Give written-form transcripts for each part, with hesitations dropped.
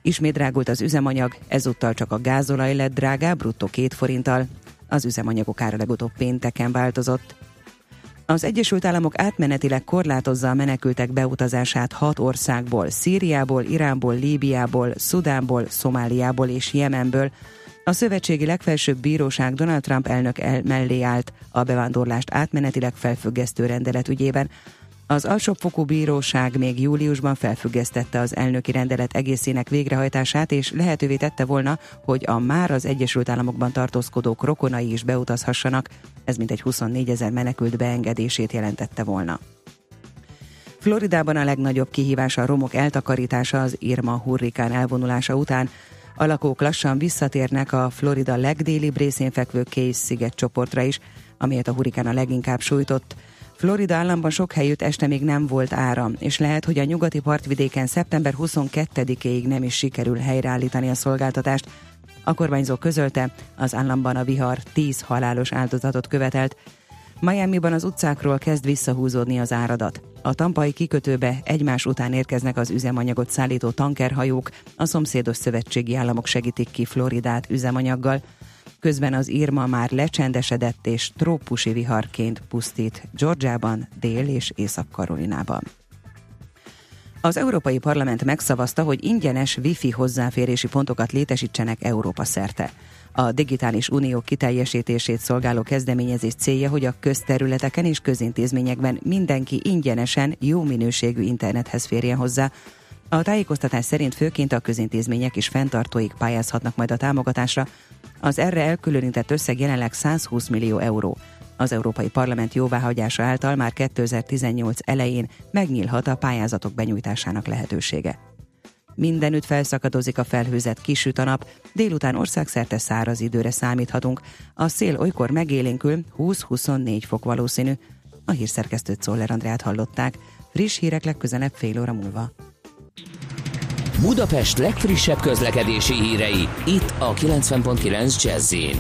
Ismét drágult az üzemanyag, ezúttal csak a gázolaj lett drágább, bruttó 2 forinttal. Az üzemanyagok ára legutóbb pénteken változott. Az Egyesült Államok átmenetileg korlátozza a menekültek beutazását 6 országból, Szíriából, Iránból, Líbiából, Szudánból, Szomáliából és Jemenből. A szövetségi legfelsőbb bíróság Donald Trump elnök mellé állt a bevándorlást átmenetileg felfüggesztő rendelet ügyében. Az alsóbbfokú bíróság még júliusban felfüggesztette az elnöki rendelet egészének végrehajtását, és lehetővé tette volna, hogy a már az Egyesült Államokban tartózkodók rokonai is beutazhassanak, ez mintegy 24 000 menekült beengedését jelentette volna. Floridában a legnagyobb kihívás a romok eltakarítása az Irma hurrikán elvonulása után. A lakók lassan visszatérnek a Florida legdélibb részén fekvő Case-sziget csoportra is, amelyet a hurrikán a leginkább sújtott. Florida államban sok helyütt este még nem volt áram, és lehet, hogy a nyugati partvidéken szeptember 22-ig nem is sikerül helyreállítani a szolgáltatást. A kormányzó közölte, az államban a vihar 10 halálos áldozatot követelt. Miamiban az utcákról kezd visszahúzódni az áradat. A tampai kikötőbe egymás után érkeznek az üzemanyagot szállító tankerhajók, a szomszédos szövetségi államok segítik ki Floridát üzemanyaggal. Közben az Irma már lecsendesedett és trópusi viharként pusztít Georgiában, Dél- és Észak-Karolinában. Az Európai Parlament megszavazta, hogy ingyenes wifi hozzáférési pontokat létesítsenek Európa szerte. A digitális unió kiteljesítését szolgáló kezdeményezés célja, hogy a közterületeken és közintézményekben mindenki ingyenesen, jó minőségű internethez férjen hozzá. A tájékoztatás szerint főként a közintézmények és fenntartóik pályázhatnak majd a támogatásra. Az erre elkülönített összeg jelenleg 120 millió euró. Az Európai Parlament jóváhagyása által már 2018 elején megnyílhat a pályázatok benyújtásának lehetősége. Mindenütt felszakadozik a felhőzet, kisüt a nap, délután országszerte száraz időre számíthatunk. A szél olykor megélénkül, 20-24 fok valószínű. A hírszerkesztőt, Czoller Andrát hallották. Friss hírek legközelebb fél óra múlva. Budapest legfrissebb közlekedési hírei, itt a 90.9 Jazz-in.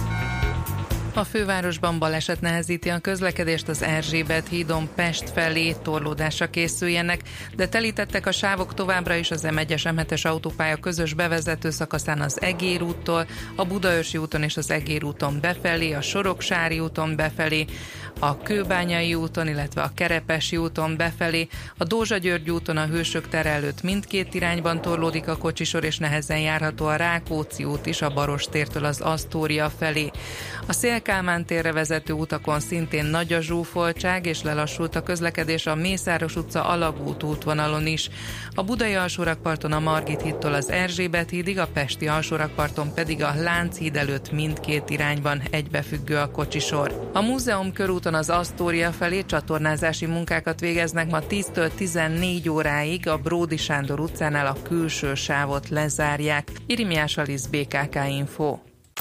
A fővárosban baleset nehezíti a közlekedést, az Erzsébet hídon Pest felé torlódásra készüljenek, de telítettek a sávok továbbra is az M1-es M7-es autópálya közös bevezető szakaszán az Egér úttól, a Budaörsi úton és az Egér úton befelé, a Soroksári úton befelé, a Kőbányai úton, illetve a Kerepesi úton befelé, a Dózsa-György úton a Hősök tere előtt mindkét irányban torlódik a kocsisor, és nehezen járható a Rákóczi út is a Barostértől az Asztória felé. A Széll-Kálmán térre vezető utakon szintén nagy a zsúfoltság, és lelassult a közlekedés a Mészáros utca Alagút útvonalon is. A budai alsórakparton a Margit hídtól az Erzsébet hídig, a pesti alsórakparton pedig a Lánchíd előtt mindkét irányban egybefüggő a kocsisor. A Múzeum körúton az Asztória felé csatornázási munkákat végeznek ma 10-től 14 óráig, a Bródi Sándor utcánál a külső sávot lezárják. Irimiás Alisz, BKK Info.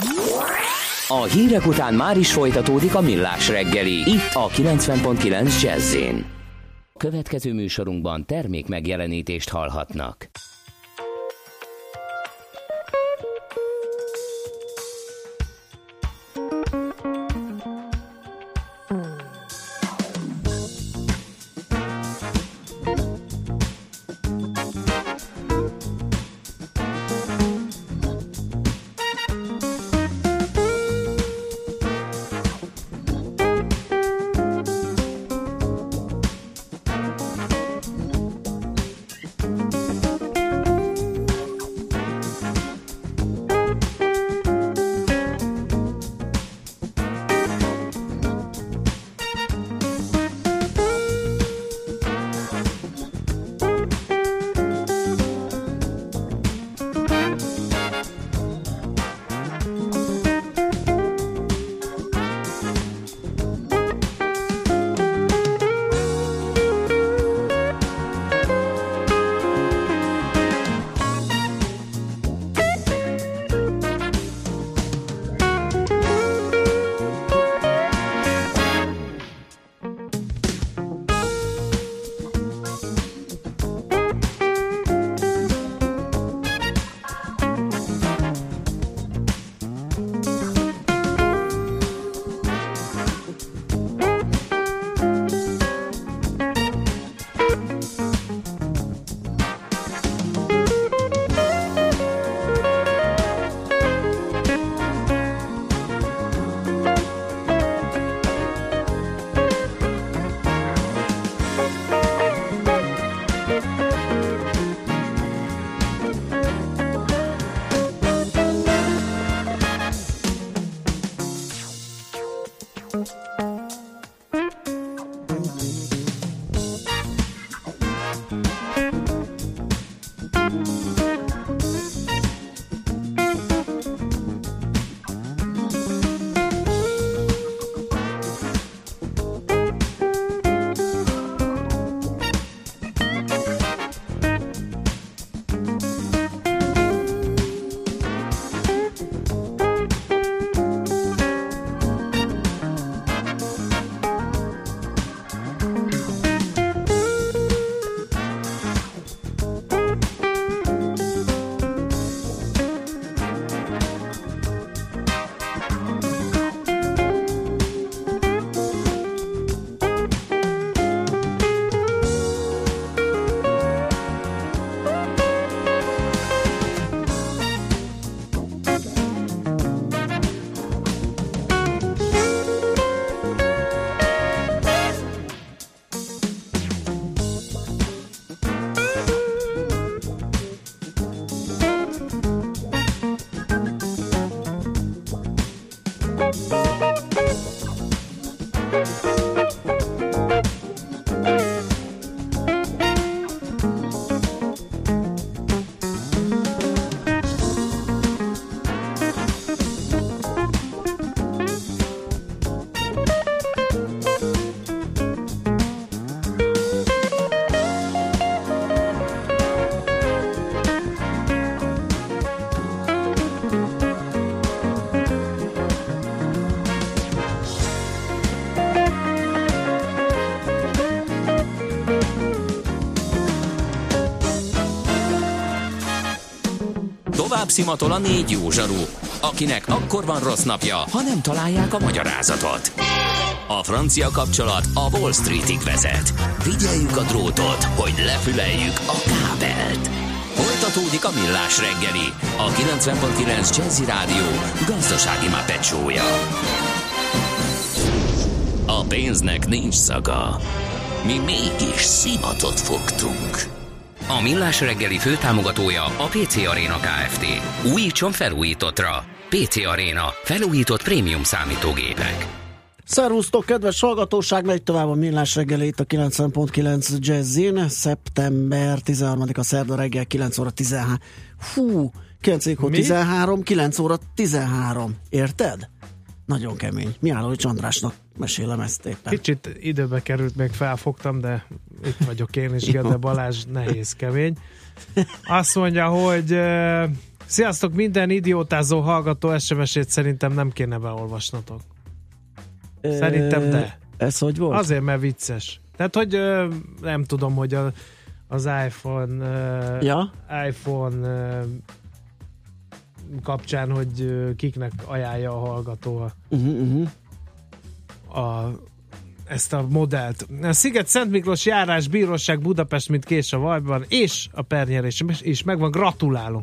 A hírek után már is folytatódik a Millás reggeli, itt a 90.9 Jazz-in. Következő műsorunkban termék megjelenítést hallhatnak. Tovább szimatol a 4 jó zsaru, akinek akkor van rossz napja, ha nem találják a magyarázatot. A francia kapcsolat a Wall Streetig vezet. Figyeljük a drótot, hogy lefüleljük a kábelt. Folytatódik a Millás reggeli, a 90.9 Jazzy Rádió gazdasági Muppet show-ja. A pénznek nincs szaga. Mi mégis szimatot fogtunk. A Millás reggeli főtámogatója a PC Arena Kft. Újítson felújítottra. PC Arena. Felújított prémium számítógépek. Szervusztok, kedves hallgatóság, megy tovább a Millás reggeli itt a 90.9 Jazzin. Szeptember 13-a szerda reggel 9 óra 13. 9 óra 13. Érted? Nagyon kemény. Mihálovics Andrásnak mesélem ezt éppen. Kicsit időbe került, még felfogtam, de itt vagyok én is, Gede Balázs, nehéz, kemény. Azt mondja, hogy sziasztok, minden idiótázó hallgató SMS-ét szerintem nem kéne beolvasnatok. Szerintem de. Ez hogy volt? Azért, mert vicces. Tehát, hogy nem tudom, hogy az iPhone kapcsán, hogy kiknek ajánlja a hallgató ezt a modellt. A Sziget-Szent Miklós járás bíróság Budapest, mint kés a vajban, és a pernyerés is megvan, gratulálunk.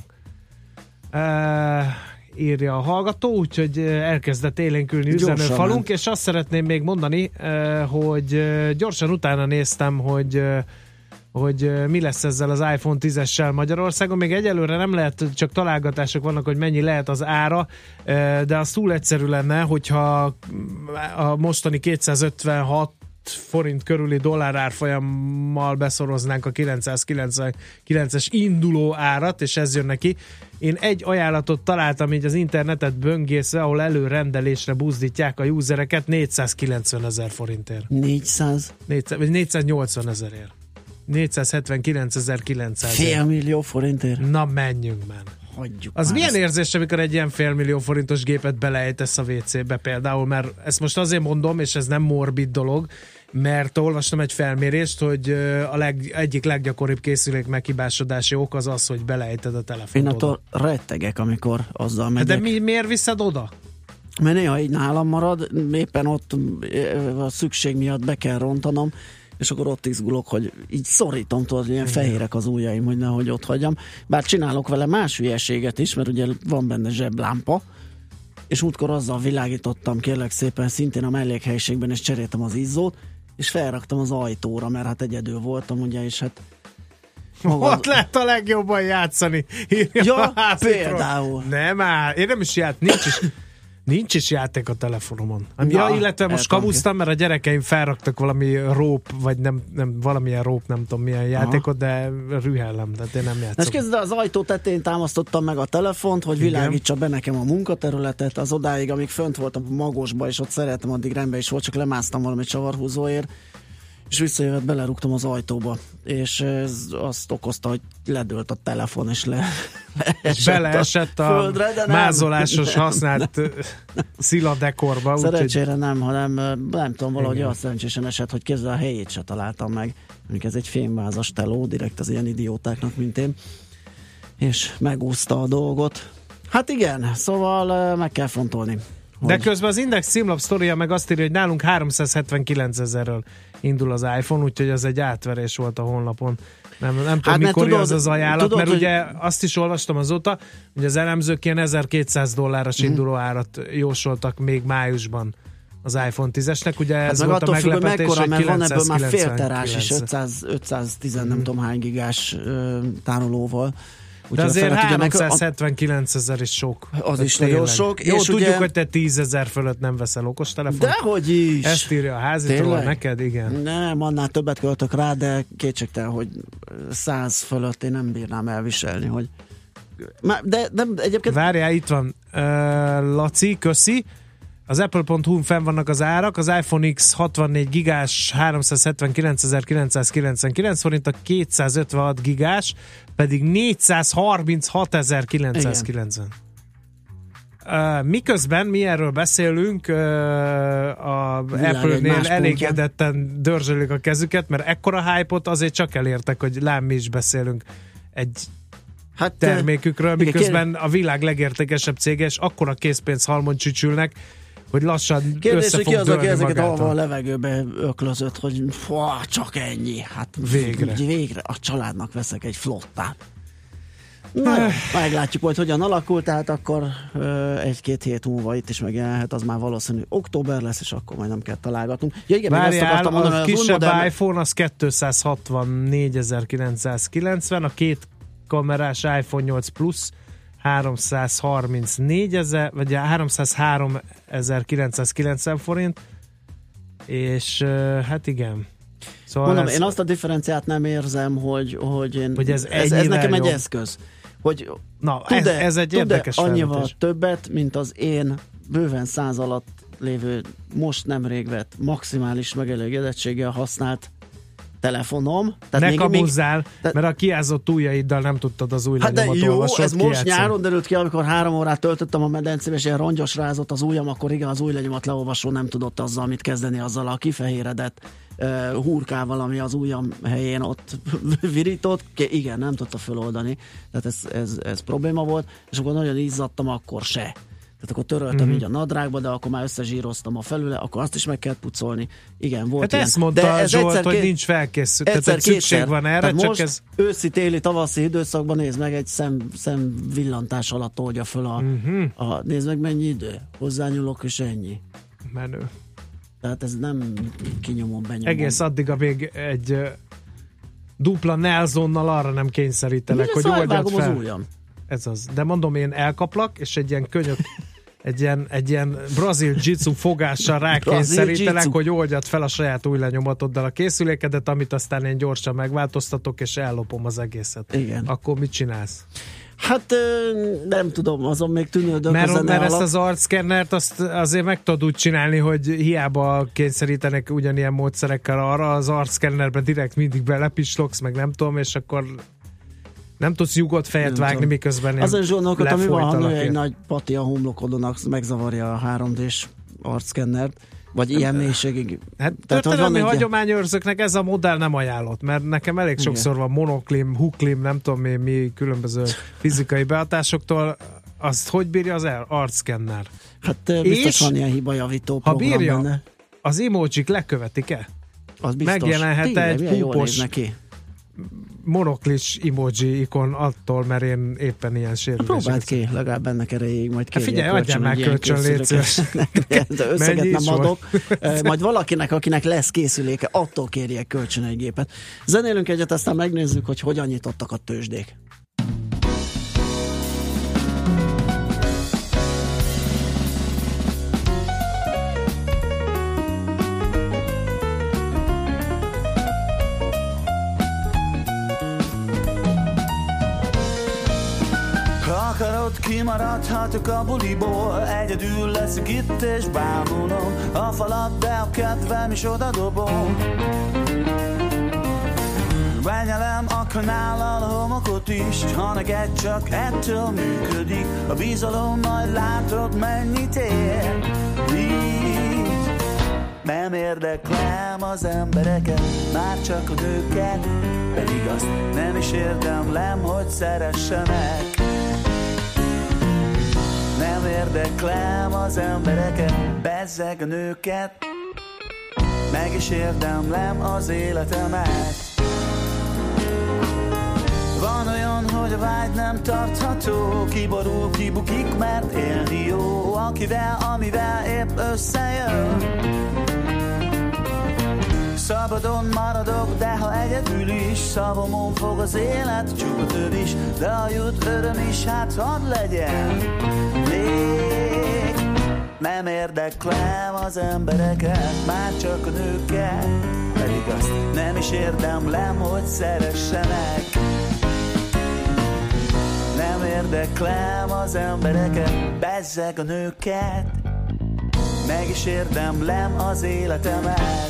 Írja a hallgató, úgyhogy elkezdett élénkülni üzenőfalunk, és azt szeretném még mondani, hogy gyorsan utána néztem, hogy mi lesz ezzel az iPhone 10-essel Magyarországon. Még egyelőre nem lehet, csak találgatások vannak, hogy mennyi lehet az ára, de az túl egyszerű lenne, hogyha a mostani 256 forint körüli dollár árfolyammal beszoroznánk a 999-es induló árat, és ez jön neki. Én egy ajánlatot találtam így az internetet böngészve, ahol előrendelésre buzdítják a usereket 490 000 forintért. 480 000-ért. 479.900. Fél millió forintért? Na, menjünk már. Hagyjuk az már milyen ezt. érzés, amikor egy ilyen fél-millió forintos gépet beleejtesz a WC-be például, mert ezt most azért mondom, és ez nem morbid dolog, mert olvastam egy felmérést, hogy egyik leggyakoribb készülék meghibásodási ok az, hogy beleejted a telefont. Én attól rettegek, amikor azzal megyek. De miért viszed oda? Mert néha így nálam marad, éppen ott a szükség miatt be kell rontanom, és akkor ott izgulok, hogy így szorítom, tudod, ilyen fehérek az ujjaim, hogy nehogy ott hagyjam. Bár csinálok vele más hülyeséget is, mert ugye van benne zseblámpa, és múltkor azzal világítottam, kérlek szépen, szintén a mellékhelyiségben, és cseréltem az izzót, és felraktam az ajtóra, mert hát egyedül voltam, ugye, és hát ott lehet a legjobban játszani. Ja, például. Nem áll, én nem is nincs is játék a telefonomon. Illetve most kamusztam, mert a gyerekeim felraktak valami róp, vagy nem valamilyen róp, nem tudom milyen játékot, de rühellem, tehát én nem játszom. És kezdve az ajtó tetején támasztottam meg a telefont, hogy világítsa be nekem a munkaterületet, az odáig, amíg fönt voltam a Magosba, és ott szeretem, addig rendben is volt, csak lemásztam valami csavarhúzóért, és visszajövet belerúgtam az ajtóba, és ez azt okozta, hogy ledőlt a telefon, és beleesett a földre, de mázolásos használt sziladekorba. Szerencsére nem, hanem nem tudom, valahogy olyan szerencsésen esett, hogy kézzel a helyét se találtam meg. Mondjuk ez egy fémvázas teló, direkt az ilyen idiótáknak, mint én, és megúszta a dolgot. Hát igen, szóval meg kell fontolni. De közben az Index címlap sztoria meg azt írja, hogy nálunk 379 000-ről indul az iPhone, úgyhogy az egy átverés volt a honlapon. Nem tudom, mikor jön az ajánlat, tudod, mert ugye azt is olvastam azóta, hogy az elemzők ilyen $1200 induló árat jósoltak még májusban az iPhone 10-esnek, ugye ez meg volt a meglepetés, mekkora, hogy mert van ebből már félterás is, 510 nem tudom hány gigás tárolóval. De azért 379 000 is sok. Az is tényleg nagyon sok. Jó, és tudjuk, hogy te 10 000 fölött nem veszel okostelefont. Dehogy is. Ezt írja a házitról neked, igen. Nem, annál többet költök rá, de kétségtelen, hogy 100 fölött én nem bírnám elviselni, hogy... De egyébként... Várjál, itt van. Laci, köszi. Az Apple.hu-n fenn vannak az árak, az iPhone X 64 gigás 379.999 forint, a 256 gigás pedig 436.990. Miközben mi erről beszélünk, a Apple-nél elégedetten dörzsölik a kezüket, mert ekkora hype-ot azért csak elértek, hogy lám mi is beszélünk egy termékükről, miközben a világ legértékesebb cége, és akkora készpénzhalmon csücsülnek, hogy lassan kérdés, össze hogy fog ki az, aki dőlni ezeket magától. a levegőbe öklözött, hogy csak ennyi. Hát végre a családnak veszek egy flottát. Na jó, meglátjuk majd, hogyan alakul, tehát akkor 1-2 hét múlva itt is megjelenhet, az már valószínű október lesz, és akkor majd nem kell találgatnunk. Ja, igen, várjál, mondani, a kisebb iPhone az 264.990, a két kamerás iPhone 8 Plus 334.000, vagy 303.990 forint, és hát igen. Szóval mondom, én azt a differenciát nem érzem, hogy ez nekem jobb. egy eszköz. Hogy na, ez egy érdekes annyival felvetés. többet, mint az én bőven 100 alatt lévő, most nemrég vett maximális megelégedettséggel használt telefonom. Tehát ne kamuzzál, mert a kiázott ujjaiddal nem tudtad az új lenyomat olvasót ez most kijátszani. nyáron derült ki, amikor 3 órát töltöttem a medencébe, és ilyen rongyos rázott az ujjam, akkor igen, az új lenyomat leolvasó nem tudott azzal mit kezdeni, azzal a kifehéredett hurkával, ami az ujjam helyén ott virított. Igen, nem tudta feloldani. Tehát ez probléma volt, és akkor nagyon izzadtam, akkor se. Tehát akkor töröltem így a nadrágba, de akkor már összezsíroztam a felüle, akkor azt is meg kell pucolni. Igen, volt hát ilyen. ezt mondta ez Zsolt, hogy nincs felkészült. Tehát szükség van erre, tehát csak most ez... őszi, téli, tavaszi időszakban nézd meg, egy szemvillantás alatt oldja föl nézd meg mennyi idő. Hozzányúlok, és ennyi. Menő. Tehát ez nem kinyomom, benyomom. Egész addig, amíg egy dupla Nelsonnal arra nem kényszerítelek, hogy oldjad fel. Az ujjam. Ez az. De mondom, én elkaplak, és egy ilyen könyök, egy ilyen brazil jitsu fogással rákényszerítelek, hogy oldjad fel a saját új lenyomatoddal a készülékedet, amit aztán én gyorsan megváltoztatok, és ellopom az egészet. Igen. Akkor mit csinálsz? Hát nem tudom, azon még tűnődök mert a zene mert alatt. ezt az arcszkennert azt azért meg tudod úgy csinálni, hogy hiába kényszerítenek ugyanilyen módszerekkel arra, az arcszkennerbe direkt mindig belepislogsz, meg nem tudom, és akkor nem tudsz nyugodt fejet vágni, miközben azon is gondolkodtam, mi van, ha nő egy én. nagy pati a homlokodon, megzavarja a 3D-s arcszkennert, vagy ilyen mélységig. Hát történelmi hagyományőrzőknek ez a modell nem ajánlott, mert nekem elég sokszor van monoklim, huklim, nem tudom mi különböző fizikai behatásoktól. Azt hogy bírja az arcszkenner? Hát biztos van ilyen hibajavító program ha bírja, benne. Az emojik lekövetik-e? Az biztos. Megjelenhet egy púpos monoklis emoji ikon attól, mert én éppen ilyen sérülések. Próbáld ki, legalább ennek erejéig, majd kérjél. Figyelj, adjál már kölcsön, légy szíves. Összeget nem adok. Majd valakinek, akinek lesz készüléke, attól kérjék kölcsön egy gépet. Zenélünk egyet, aztán megnézzük, hogy hogyan nyitottak a tőzsdék. Akarod, kimaradhatok a buliból, egyedül leszek itt és bámulom a falat, de a kedvem is oda dobom. Benyelem a kanállal a homokot is, ha neked csak ettől működik a bizalom, majd látod mennyit ér. Így nem érdeklem az embereket, már csak a nőket, pedig azt nem is érdemlem, hogy szeressenek. Nem érdeklem az embereket, bezzeg a nőket, meg is érdemlem az életemet. Van olyan, hogy a vágy nem tartható, kiborul, kibukik, mert élni jó, akivel, amivel épp összejön. Szabadon maradok, de ha egyedül is, szavamon fog az élet, csútőd is, de a jut öröm is, hát hadd legyen. Még nem érdeklem az embereket, már csak a nőket, pedig azt nem is érdemlem, hogy szeressenek. Nem érdeklem az embereket, bezzeg a nőket, meg is érdemlem az életemet.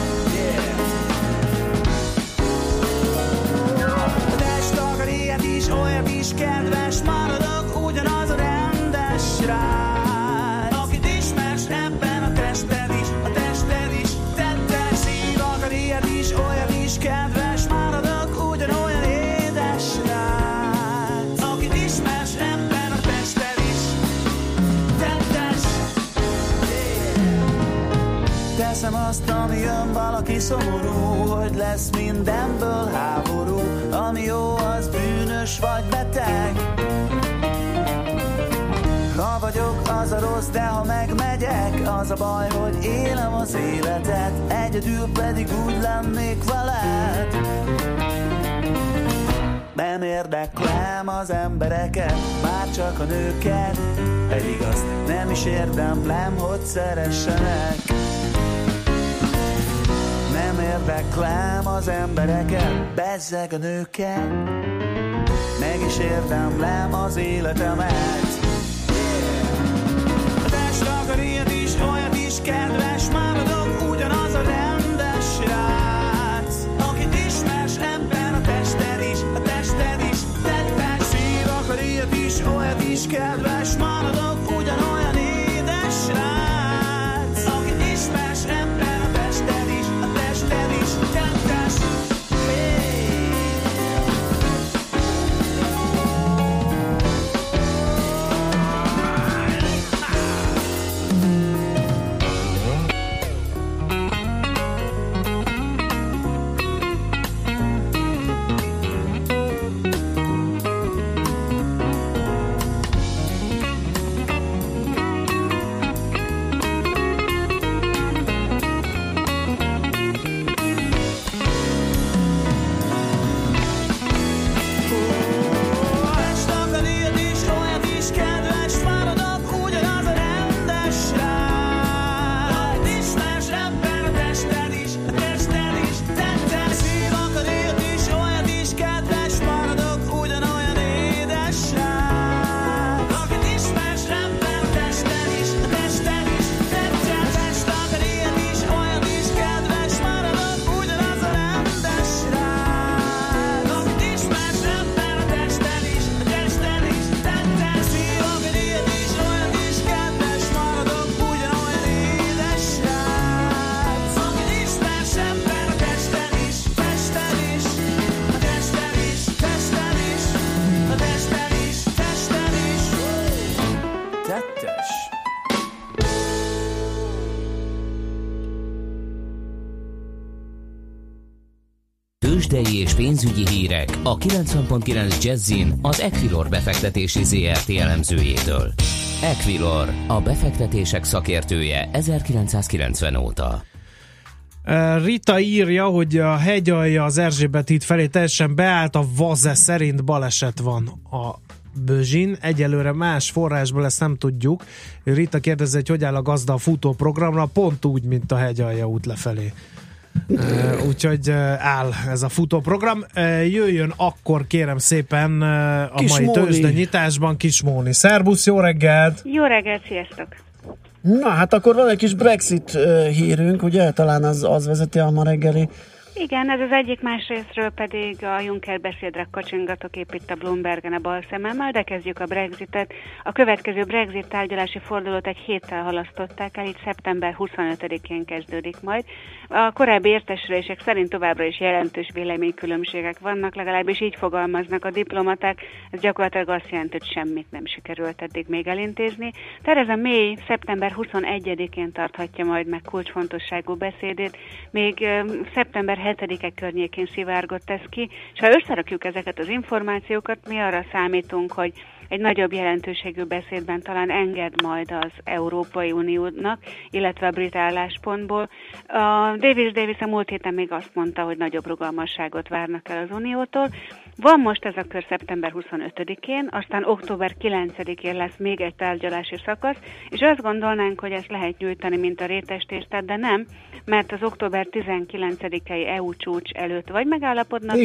A testtagad ilyet is, olyat is kedves, maradok ugyanaz a rendes srác, akit ismersz ebben a tested is, tettek szív. Akad ilyet is, olyat is kedves, maradok ugyanolyan édes srác, azt, ami jön, valaki szomorú, hogy lesz mindenből háború. Ami jó, az bűnös vagy beteg. Ha vagyok, az a rossz, de ha megmegyek, az a baj, hogy élem az életet, egyedül pedig úgy lennék veled. Nem érdeklem az embereket, már csak a nőket, pedig azt nem is érdemlem, hogy szeressenek. Nem érdeklem az embereket, bezzeg a nőket, meg is érdemlem az életemet. A test akar ilyet is, olyat is, kedves, maradok ugyanaz a rendes srác, akit ismersz ebben a tested is, a tested is tettes. Szív akar ilyet is, olyat is, kedves, maradok ugyanolyan édes srác, akit ismersz ebben a tested is, a tested is tettes. Tőzsdei és pénzügyi hírek a 90.9 Jazzin az Equilor befektetési ZRT elemzőjétől. Equilor, a befektetések szakértője 1990 óta. Rita írja, hogy a hegyalja az Erzsébet híd felé teljesen beállt, a Vaze szerint baleset van a Bözsin. Egyelőre más forrásból ezt nem tudjuk. Rita kérdezi, hogy áll a gazda a futóprogramra, pont úgy, mint a hegyalja út lefelé. Úgyhogy áll ez a futóprogram. Jöjjön akkor kérem szépen a mai tőzsdenyításban Kis Móni. Szerbusz, jó reggelt! Jó reggelt, sziasztok! Na hát akkor van egy kis Brexit hírünk, ugye talán az vezeti a ma reggeli. Igen, ez az egyik, másrésztről pedig a Juncker beszédre kacsingatok épp itt a Bloombergen a bal szememmel, de kezdjük a Brexitet. A következő Brexit tárgyalási fordulót egy héttel halasztották el, így szeptember 25-én kezdődik majd. A korábbi értesülések szerint továbbra is jelentős véleménykülönbségek vannak, legalábbis így fogalmaznak a diplomaták. Ez gyakorlatilag azt jelenti, hogy semmit nem sikerült eddig még elintézni. Theresa May szeptember 21-én tarthatja majd meg kulcsfontosságú beszédét, még szeptember 7-e környékén szivárgott ez ki, és ha összerakjuk ezeket az információkat, mi arra számítunk, hogy egy nagyobb jelentőségű beszédben talán enged majd az Európai Uniónak, illetve a brit álláspontból. A Davis a múlt héten még azt mondta, hogy nagyobb rugalmasságot várnak el az Uniótól. Van most ez a kör szeptember 25-én, aztán október 9-én lesz még egy tárgyalási szakasz, és azt gondolnánk, hogy ezt lehet nyújtani, mint a rétestésztet, de nem, mert az október 19-i EU csúcs előtt vagy megállapodnak,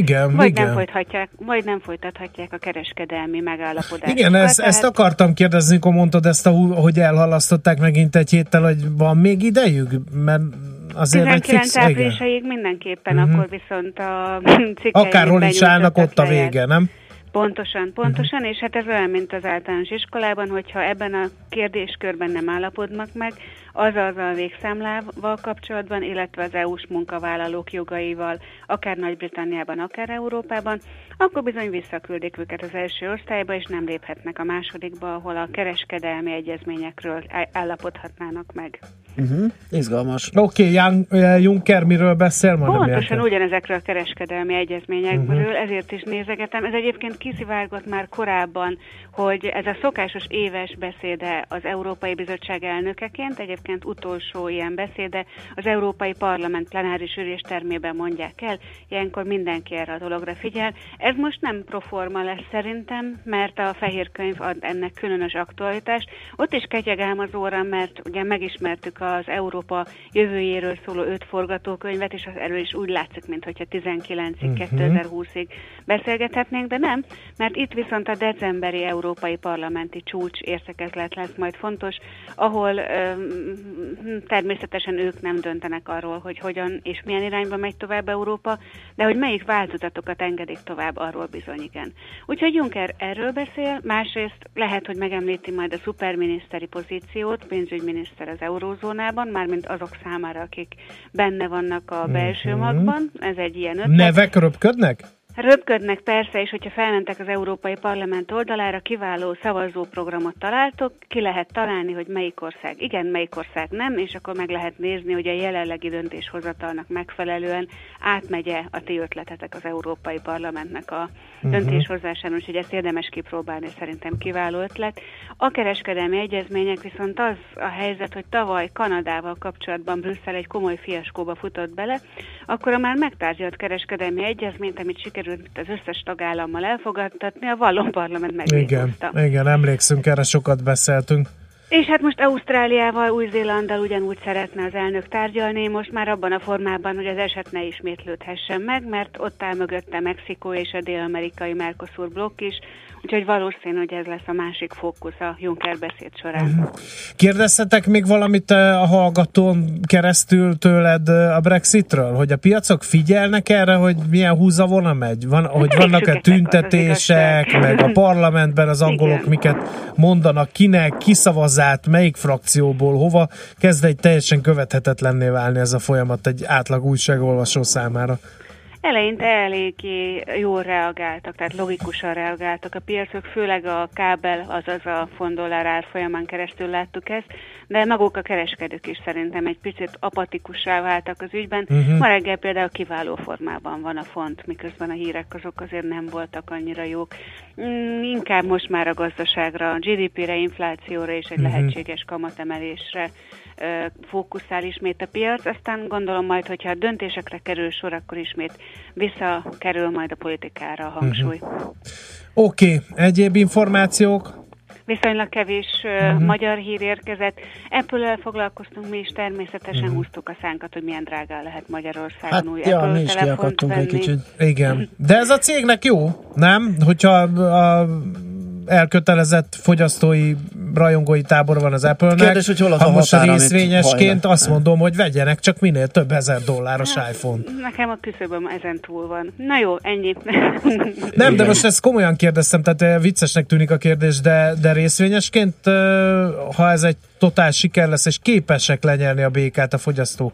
vagy nem folytathatják a kereskedelmi megállapodást. Igen, ezt akartam kérdezni, amikor mondtad ezt, hogy elhalasztották megint egy héttel, hogy van még idejük? Mert azért 19 áprilisaig mindenképpen, akkor viszont a cikkeink akárhol is állnak ott a vége, nem? Pontosan, és hát ez olyan, mint az általános iskolában, hogyha ebben a kérdéskörben nem állapodnak meg, azaz a végszámlával kapcsolatban, illetve az EU-s munkavállalók jogaival, akár Nagy-Britanniában, akár Európában, akkor bizony visszaküldik őket az első osztályba, és nem léphetnek a másodikba, ahol a kereskedelmi egyezményekről állapodhatnának meg. Izgalmas. Oké, Juncker miről beszél? Pontosan ugyanezekről a kereskedelmi egyezményekről, ezért is nézegetem. Ez egyébként kiszivárgott már korábban, hogy ez a szokásos éves beszéde az Európai Bizottság elnökeként, egyébként utolsó ilyen beszéde az Európai Parlament plenáris üléstermében mondják el, ilyenkor mindenki erre a dologra figyel. Ez most nem proforma lesz szerintem, mert a fehér könyv ad ennek különös aktualitást. Ott is ketyeg ám az óra, mert ugye megismertük az Európa jövőjéről szóló 5 forgatókönyvet, és erről is úgy látszik, mintha 19-ig, 2020-ig beszélgethetnénk, de nem, mert itt viszont a decemberi Európai Parlamenti csúcs értekezlet lesz majd fontos, ahol természetesen ők nem döntenek arról, hogy hogyan és milyen irányba megy tovább Európa, de hogy melyik változatokat engedik tovább, arról bizony igen. Úgyhogy Juncker erről beszél, másrészt lehet, hogy megemlíti majd a szuperminiszteri pozíciót, pénzügyminiszter az eurózónában, mármint azok számára, akik benne vannak a belső magban, ez egy ilyen ötlet. Nevek röpködnek? Röpködnek persze, és hogyha felmentek az Európai Parlament oldalára, kiváló szavazóprogramot találtok, ki lehet találni, hogy melyik ország igen, melyik ország nem, és akkor meg lehet nézni, hogy a jelenlegi döntéshozatalnak megfelelően átmegye a ti ötletetek az Európai Parlamentnek a döntéshozásán, úgyhogy ezt érdemes kipróbálni, szerintem kiváló ötlet. A kereskedelmi egyezmények viszont az a helyzet, hogy tavaly Kanadával kapcsolatban Brüsszel egy komoly fiaskóba futott bele, akkor a már megtárgyalt kereskedelmi egyezményt, amit sikerült az összes tagállammal elfogadtatni, a Vallon Parlament megvétózta. Igen, emlékszünk, erre sokat beszéltünk. És hát most Ausztráliával, Új-Zélanddal ugyanúgy szeretne az elnök tárgyalni, most már abban a formában, hogy az eset ne ismétlődhessen meg, mert ott áll mögötte Mexikó és a dél-amerikai Mercosur blokk is, úgyhogy valószínű, hogy ez lesz a másik fókusz a Juncker beszéd során. Kérdezhetek még valamit a hallgatón keresztül tőled a Brexitről? Hogy a piacok figyelnek erre, hogy milyen húzavona megy? Hogy vannak-e tüntetések, meg a parlamentben az angolok miket mondanak, kinek, kiszavazát, melyik frakcióból, hova? Kezd egy teljesen követhetetlenné válni ez a folyamat egy átlag újságolvasó számára. Eleinte eléggé jól reagáltak, tehát logikusan reagáltak a piacok, főleg a kábel, azaz a font-dollár árfolyamán keresztül láttuk ezt, de maguk a kereskedők is szerintem egy picit apatikussá váltak az ügyben. Ma reggel például kiváló formában van a font, miközben a hírek azok azért nem voltak annyira jók. Inkább most már a gazdaságra, a GDP-re, inflációra és egy lehetséges kamatemelésre fókuszál ismét a piac, aztán gondolom majd, hogyha a döntésekre kerül sor, akkor ismét visszakerül majd a politikára a hangsúly. Oké, egyéb információk? Viszonylag kevés magyar hír érkezett. Apple-el foglalkoztunk mi is, természetesen húztuk a szánkat, hogy milyen drágán lehet Magyarországon új Apple telefont venni. Egy kicsit. Igen, de ez a cégnek jó, nem? Hogyha a elkötelezett fogyasztói, rajongói tábor van az Apple-nek. Kérdés, hogy hol az ha a most határ, részvényesként azt mondom, hogy vegyenek csak minél több $1000 iPhone-t. Nekem a küszöböm ezen túl van. Na jó, ennyi. Nem, de most ezt komolyan kérdeztem, tehát viccesnek tűnik a kérdés, de részvényesként, ha ez egy totál siker lesz, és képesek lenyelni a békát a fogyasztók,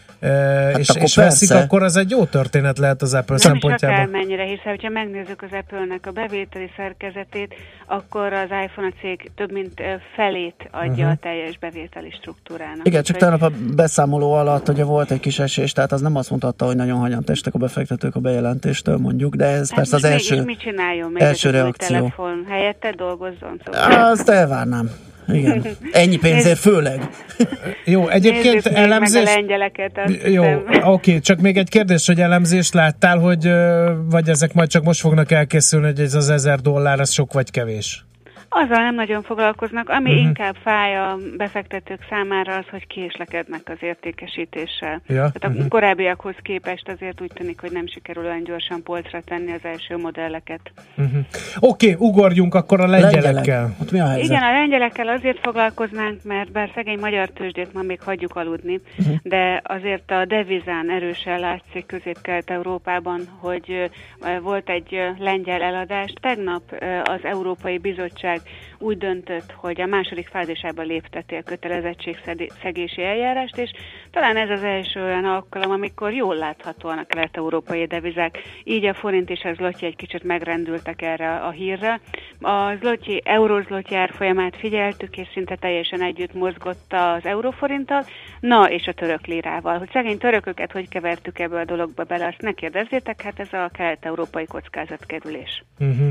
és veszik, akkor ez egy jó történet lehet az Apple szempontjából. Nem is akármennyire, hiszen hogyha megnézzük az Apple-nek a bevételi szerkezetét, akkor az iPhone a cég több mint felét adja a teljes bevételi struktúrának. Igen, csak tegnap a beszámoló alatt ugye volt egy kis esés, tehát az nem azt mutatta, hogy nagyon hanyat estek a befektetők a bejelentéstől mondjuk, de ez persze az első, mit csináljon? Még első reakció. Telefon helyette dolgozzon? Szóval. Azt elvárnám. Igen. Ennyi pénzért főleg. Jó, egyébként elemzés... Jó, oké, csak még egy kérdés, hogy elemzést láttál, hogy vagy ezek majd csak most fognak elkészülni, hogy ez az $1000 az sok vagy kevés? Azzal nem nagyon foglalkoznak, ami inkább fáj a befektetők számára az, hogy késlekednek az értékesítéssel. Ja. Tehát a korábbiakhoz képest azért úgy tűnik, hogy nem sikerül olyan gyorsan polcra tenni az első modelleket. Oké, ugorjunk akkor a lengyelekkel. Ott mi a helyzet? Igen, a lengyelekkel azért foglalkoznánk, mert bár szegény magyar tőzsdét ma még hagyjuk aludni, de azért a devizán erősen látszik Közép-Kelet-Európában, hogy volt egy lengyel eladás. Tegnap az Európai Bizottság úgy döntött, hogy a második fázisában lépteti a kötelezettségszegési eljárást, és talán ez az első olyan alkalom, amikor jól láthatóan a kelet-európai devizák, így a forint és a zloty egy kicsit megrendültek erre a hírre. A euró-zloty árfolyamát figyeltük, és szinte teljesen együtt mozgott az euróforinttal, és a török lirával. Hogy szegény törököket hogy kevertük ebbe a dologba bele, azt ne kérdezzétek, hát ez a kelet-európai kockázatkerülés.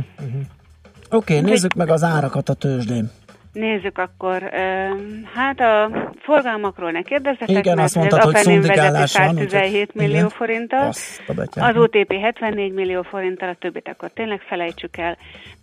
Oké, nézzük meg az árakat a tőzsdén. Nézzük akkor, hát a forgalmakról ne kérdezzetek, igen, mert azt mondtad, hogy szundikálás van. 117 millió forinttal, az OTP 74 millió forinttal, a többit akkor tényleg felejtsük el.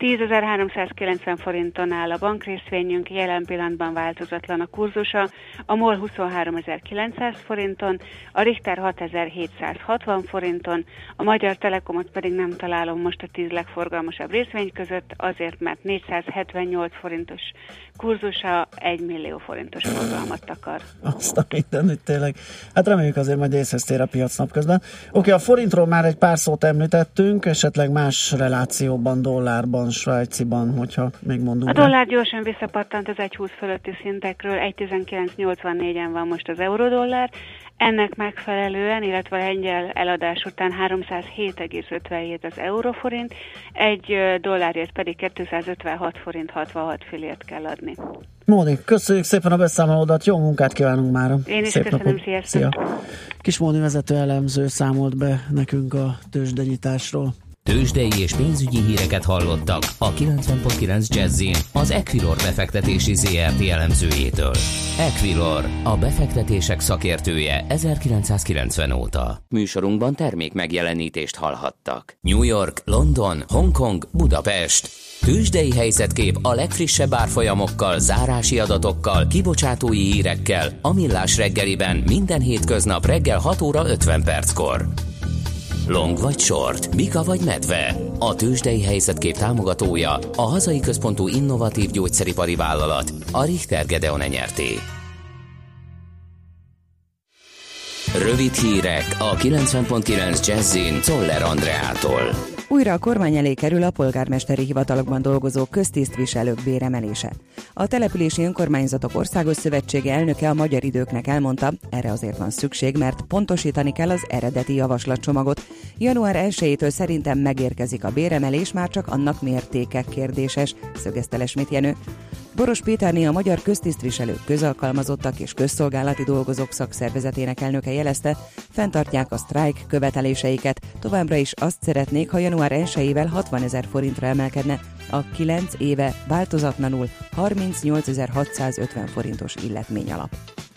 10.390 forinton áll a bankrészvényünk, jelen pillanatban változatlan a kurzusa, a MOL 23.900 forinton, a Richter 6.760 forinton, a Magyar Telekomot pedig nem találom most a 10 legforgalmasabb részvény között, azért, mert 478 forintos kurzusa 1 millió forintos forgalmat takar. Azt a mindenit tényleg. Hát reméljük azért majd észhez tér a piac napközben. Oké, a forintról már egy pár szót említettünk, esetleg más relációban, dollárban, svájciban, hogyha még mondunk. A dollár gyorsan visszapattant az 1,20 fölötti szintekről, 1,1984-en van most az euró-dollár. Ennek megfelelően, illetve lengyel eladás után 307,57 az euróforint, egy dollárért pedig 256 forint 66 fillért kell adni. Móni, köszönjük szépen a beszámolódat, jó munkát kívánunk már. Én is szép köszönöm, napot. Sziasztok! Szia. Kis Móni vezető elemző számolt be nekünk a tőzsdenyításról. Tőzsdei és pénzügyi híreket hallottak a 90.9 Jazzin az Equilor befektetési ZRT elemzőjétől. Equilor, a befektetések szakértője 1990 óta. Műsorunkban termék megjelenítést hallhattak. New York, London, Hongkong, Budapest. Tőzsdei helyzetkép a legfrissebb árfolyamokkal, zárási adatokkal, kibocsátói hírekkel a Millás reggeliben minden hétköznap reggel 6 óra 50 perckor. Long vagy short, bika vagy medve. A tőzsdei helyzetkép támogatója a hazai központú innovatív gyógyszeripari vállalat, a Richter Gedeon Nyrt. Rövid hírek a 90.9 Jazzin Czoller Andreától. Újra a kormány elé kerül a polgármesteri hivatalokban dolgozó köztisztviselők béremelése. A Települési Önkormányzatok Országos Szövetsége elnöke a Magyar Időknek elmondta, erre azért van szükség, mert pontosítani kell az eredeti javaslatcsomagot. Január 1-től szerintem megérkezik a béremelés, már csak annak mértéke kérdéses, szögezte Lesmit Jenő. Boros Péterné, a Magyar Köztisztviselők, Közalkalmazottak és Közszolgálati Dolgozók Szakszervezetének elnöke jelezte, fenntartják a sztrájk követeléseiket, továbbra is azt szeretnék, ha január 1-ével 60 000 forintra emelkedne a 9 éve változatlanul 38.650 forintos illetményalap.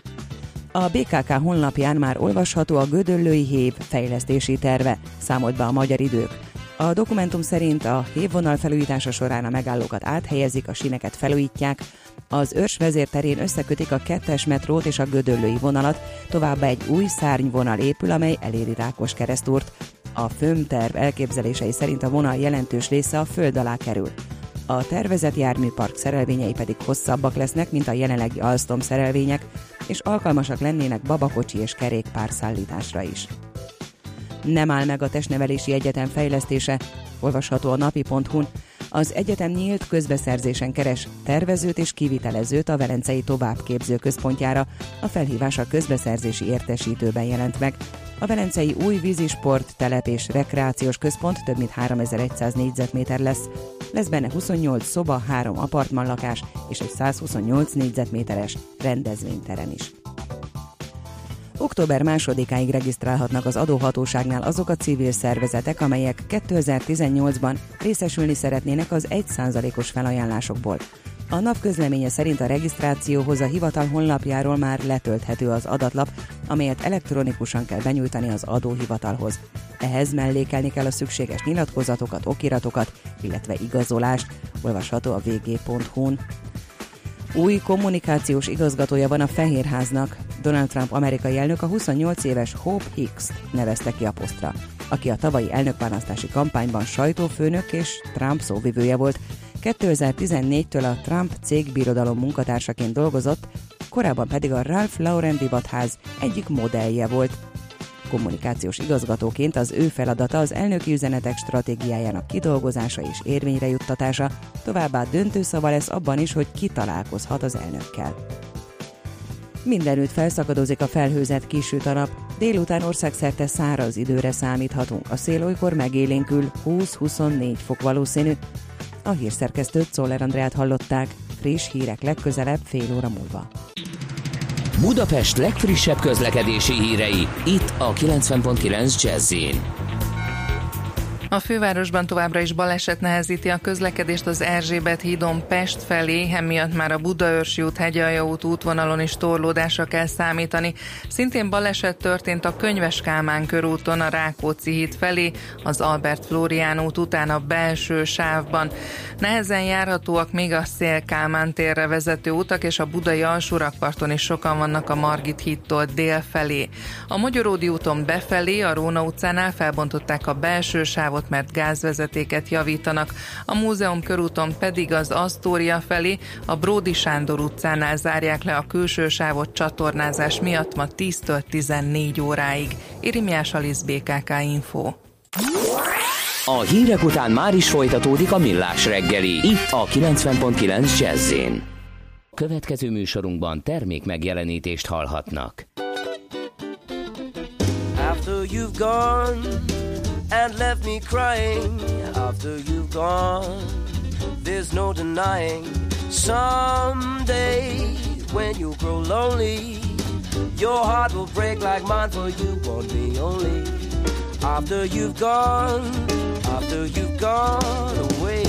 A BKK honlapján már olvasható a Gödöllői hév fejlesztési terve, számolt be a Magyar Idők. A dokumentum szerint a hévvonal felújítása során a megállókat áthelyezik, a síneket felújítják, az Őrs vezérterén összekötik a 2-es metrót és a gödöllői vonalat, továbbá egy új szárnyvonal épül, amely eléri Rákoskeresztúrt. A FÖM-terv elképzelései szerint a vonal jelentős része a föld alá kerül. A tervezett járműpark szerelvényei pedig hosszabbak lesznek, mint a jelenlegi Alstom szerelvények, és alkalmasak lennének babakocsi és kerékpárszállításra is. Nem áll meg a testnevelési egyetem fejlesztése, olvasható a napi.hu-n. Az egyetem nyílt közbeszerzésen keres tervezőt és kivitelezőt a Velencei Továbbképző Központjára. A felhívás a közbeszerzési értesítőben jelent meg. A Velencei új vízisport, telep és rekreációs központ több mint 3100 négyzetméter lesz. Lesz benne 28 szoba, 3 apartmanlakás és egy 128 négyzetméteres rendezvényterem is. Október 2-áig regisztrálhatnak az adóhatóságnál azok a civil szervezetek, amelyek 2018-ban részesülni szeretnének az 1%-os felajánlásokból. A napközleménye szerint a regisztrációhoz a hivatal honlapjáról már letölthető az adatlap, amelyet elektronikusan kell benyújtani az adóhivatalhoz. Ehhez mellékelni kell a szükséges nyilatkozatokat, okiratokat, illetve igazolást, olvasható a vg.hu-n. Új kommunikációs igazgatója van a Fehérháznak. Donald Trump amerikai elnök a 28 éves Hope Hicks nevezte ki a posztra, aki a tavalyi elnökválasztási kampányban sajtófőnök és Trump szóvivője volt. 2014-től a Trump cégbirodalom munkatársaként dolgozott, korábban pedig a Ralph Lauren divatház egyik modellje volt. Kommunikációs igazgatóként az ő feladata az elnöki üzenetek stratégiájának kidolgozása és érvényre juttatása, továbbá döntő szava lesz abban is, hogy ki találkozhat az elnökkel. Mindenütt felszakadozik a felhőzet, kisüt a nap, délután országszerte száraz időre számíthatunk, a szél olykor megélénkül, 20-24 fok valószínű. A hírszerkesztőt, Czoller Andreát hallották, friss hírek legközelebb fél óra múlva. Budapest legfrissebb közlekedési hírei, itt a 90.9 Jazz-in. A fővárosban továbbra is baleset nehezíti a közlekedést az Erzsébet hídon Pest felé, emiatt már a Budaörsi út, Hegyalja út útvonalon is torlódásra kell számítani. Szintén baleset történt a Könyves Kálmán körúton a Rákóczi híd felé, az Albert Flórián út után a belső sávban. Nehezen járhatóak még a Széll-Kálmán térre vezető utak, és a budai alsórakparton is sokan vannak a Margit hídtól dél felé. A Mogyoródi úton befelé, a Róna utcánál felbontották a belső sávot, mert gázvezetéket javítanak. A Múzeum körúton pedig az Asztória felé, a Bródi Sándor utcánál zárják le a külső sávot csatornázás miatt ma 10-től 14 óráig. Irimiás Alisz, BKK Info. A hírek után már is folytatódik a Millás reggeli, itt a 90.9 Jazz-in. Következő műsorunkban termék megjelenítést hallhatnak. After you've gone and left me crying, after you've gone, there's no denying, someday when you grow lonely, your heart will break like mine, for you want me only. After you've gone away.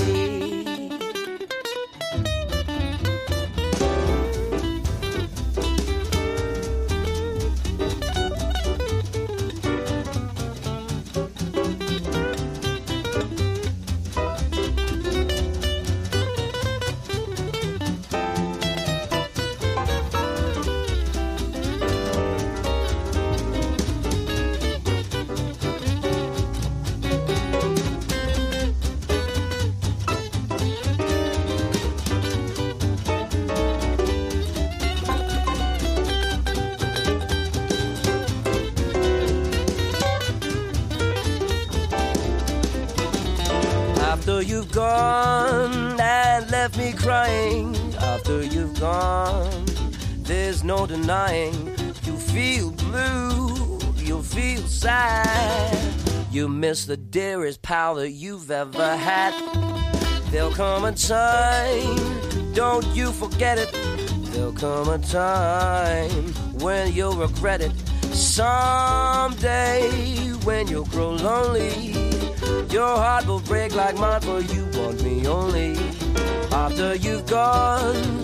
After you've gone and left me crying, after you've gone, there's no denying, you feel blue, you feel sad, you miss the dearest pal that you've ever had. There'll come a time, don't you forget it, there'll come a time when you'll regret it. Someday when you'll grow lonely, your heart will break like mine, for you want me only. After you've gone